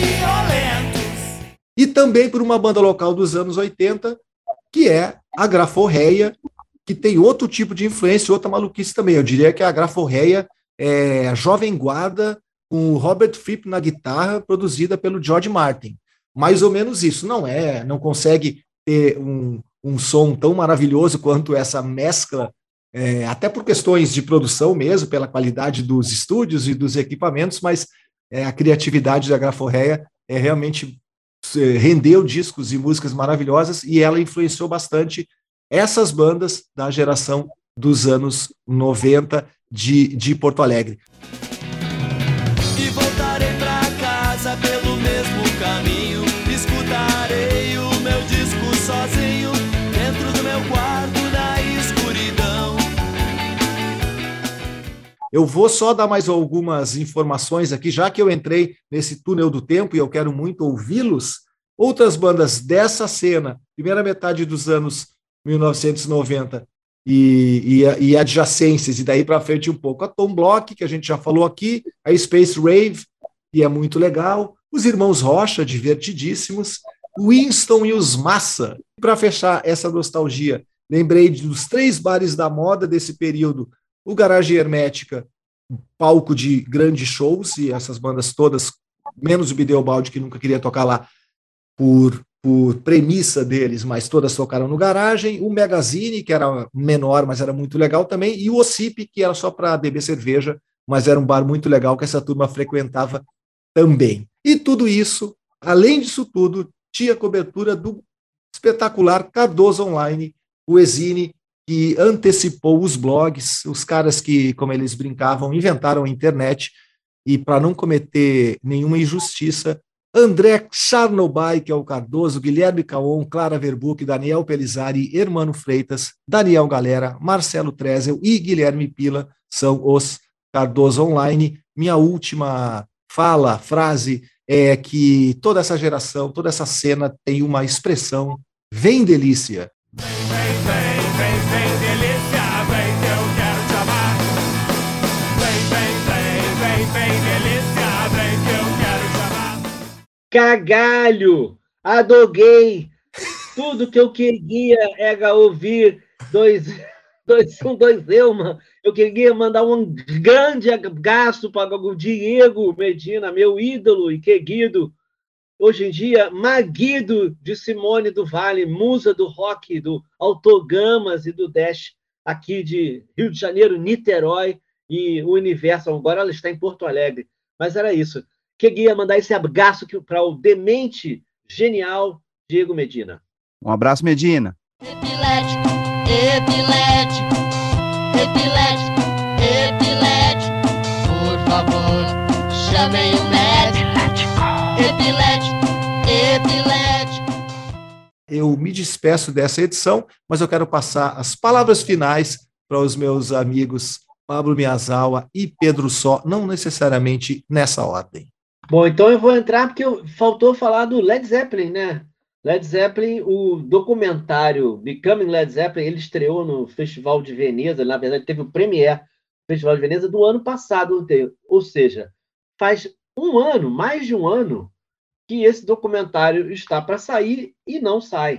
violentos? E também por uma banda local dos anos oitenta, que é a Graforreia, que tem outro tipo de influência, outra maluquice também. Eu diria que a Graforreia é a jovem guarda com o Robert Fripp na guitarra, produzida pelo George Martin. Mais ou menos isso. Não é, não consegue ter um, um som tão maravilhoso quanto essa mescla, é, até por questões de produção mesmo, pela qualidade dos estúdios e dos equipamentos, mas é, a criatividade da Graforreia é realmente... rendeu discos e músicas maravilhosas, e ela influenciou bastante essas bandas da geração dos anos noventa de, de Porto Alegre. E voltarei pra casa pelo mesmo caminho, escutarei o meu disco sozinho, dentro do meu quarto na escuridão. Eu vou só dar mais algumas informações aqui, já que eu entrei nesse túnel do tempo e eu quero muito ouvi-los. Outras bandas dessa cena, primeira metade dos anos mil novecentos e noventa e, e, e adjacências, e daí para frente um pouco. A Tom Block, que a gente já falou aqui, a Space Rave, que é muito legal, os Irmãos Rocha, divertidíssimos, Winston e os Massa. Para fechar essa nostalgia, lembrei dos três bares da moda desse período: o Garagem Hermética, palco de grandes shows, e essas bandas todas, menos o Bideu Baldi, que nunca queria tocar lá por, por premissa deles, mas todas tocaram no Garagem, o Magazine, que era menor, mas era muito legal também, e o Ossip, que era só para beber cerveja, mas era um bar muito legal que essa turma frequentava também. E tudo isso, além disso tudo, tinha cobertura do espetacular Cardoso Online, o Exine, que antecipou os blogs, os caras que, como eles brincavam, inventaram a internet, e para não cometer nenhuma injustiça, André Charnobay, que é o Cardoso, Guilherme Caon, Clara Verbuck, Daniel Pelizari, Hermano Freitas, Daniel Galera, Marcelo Trezel e Guilherme Pila são os Cardoso Online. Minha última fala, frase, é que toda essa geração, toda essa cena tem uma expressão: vem delícia. Vem, vem, vem, vem, vem, delícia, vem que eu quero te amar. Vem, vem, vem, vem, vem, delícia, vem que eu quero te amar. Cagalho, adoguei, tudo que eu queria era ouvir dois, dois, um, dois eu, mano. Eu queria mandar um grande abraço para o Diego Medina, meu ídolo e querido. Hoje em dia, Maguido de Simone do Vale, musa do rock, do Autogamas e do Dash, aqui de Rio de Janeiro, Niterói e o Universo. Agora ela está em Porto Alegre. Mas era isso. Queria mandar esse abraço para o demente, genial Diego Medina. Um abraço, Medina. Epilético, epilético, epilético, epilético. Por favor, chamem o médico. Epilético, epilético. Eu me despeço dessa edição, mas eu quero passar as palavras finais para os meus amigos Pablo Miyazawa e Pedro Só, não necessariamente nessa ordem. Bom, então eu vou entrar porque eu, faltou falar do Led Zeppelin, né? Led Zeppelin, o documentário Becoming Led Zeppelin, ele estreou no Festival de Veneza, na verdade teve o premiere do Festival de Veneza do ano passado, ou seja, faz um ano, mais de um ano, que esse documentário está para sair e não sai.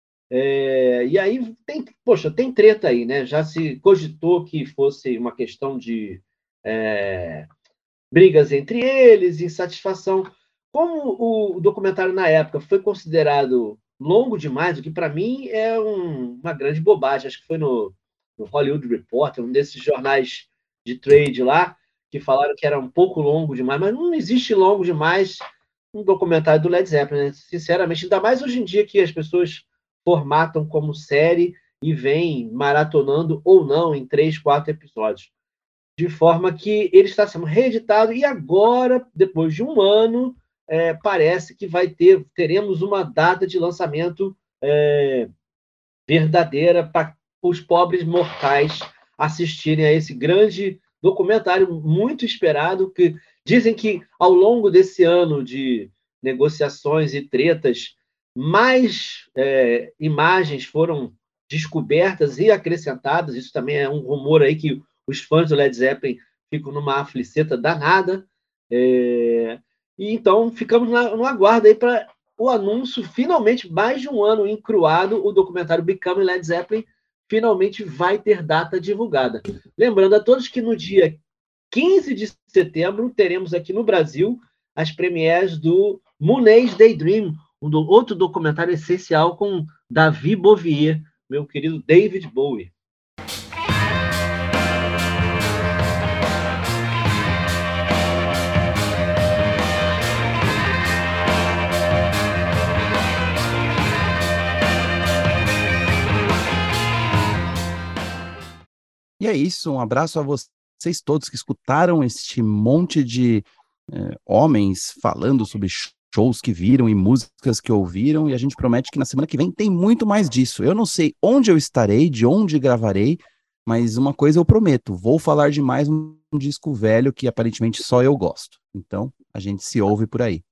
É, e aí, tem, poxa, tem treta aí, né? Já se cogitou que fosse uma questão de é, brigas entre eles, insatisfação. Como o documentário, na época, foi considerado longo demais, o que, para mim, é um, uma grande bobagem. Acho que foi no, no Hollywood Reporter, um desses jornais de trade lá, que falaram que era um pouco longo demais, mas não existe longo demais um documentário do Led Zeppelin, né? Sinceramente, ainda mais hoje em dia que as pessoas formatam como série e vêm maratonando ou não em três, quatro episódios. De forma que ele está sendo reeditado e agora, depois de um ano, é, parece que vai ter, teremos uma data de lançamento é, verdadeira para os pobres mortais assistirem a esse grande documentário muito esperado, que dizem que ao longo desse ano de negociações e tretas, mais é, imagens foram descobertas e acrescentadas. Isso também é um rumor aí que os fãs do Led Zeppelin ficam numa afliceta danada. É, e então ficamos na, no aguardo aí para o anúncio, finalmente, mais de um ano encruado, o documentário Becoming Led Zeppelin finalmente vai ter data divulgada. Lembrando a todos que no dia quinze de setembro teremos aqui no Brasil as premieres do Moonage Daydream, um do, outro documentário essencial com David Bouvier, meu querido David Bowie. E é isso, um abraço a vocês todos que escutaram este monte de eh, homens falando sobre shows que viram e músicas que ouviram, e a gente promete que na semana que vem tem muito mais disso. Eu não sei onde eu estarei, de onde gravarei, mas uma coisa eu prometo, vou falar de mais um disco velho que aparentemente só eu gosto. Então, a gente se ouve por aí.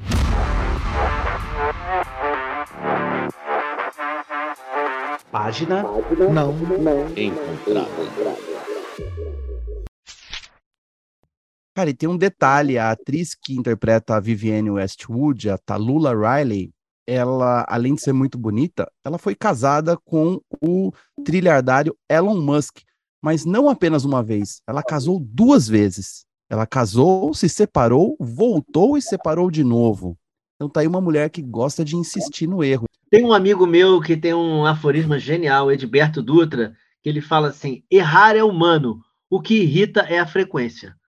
Página Não. encontrada. Cara, e tem um detalhe, a atriz que interpreta a Vivienne Westwood, a Tallulah Riley, ela, além de ser muito bonita, ela foi casada com o trilhardário Elon Musk, mas não apenas uma vez, ela casou duas vezes. Ela casou, se separou, voltou e separou de novo. Então tá aí uma mulher que gosta de insistir no erro. Tem um amigo meu que tem um aforisma genial, Edberto Dutra, que ele fala assim: errar é humano, o que irrita é a frequência.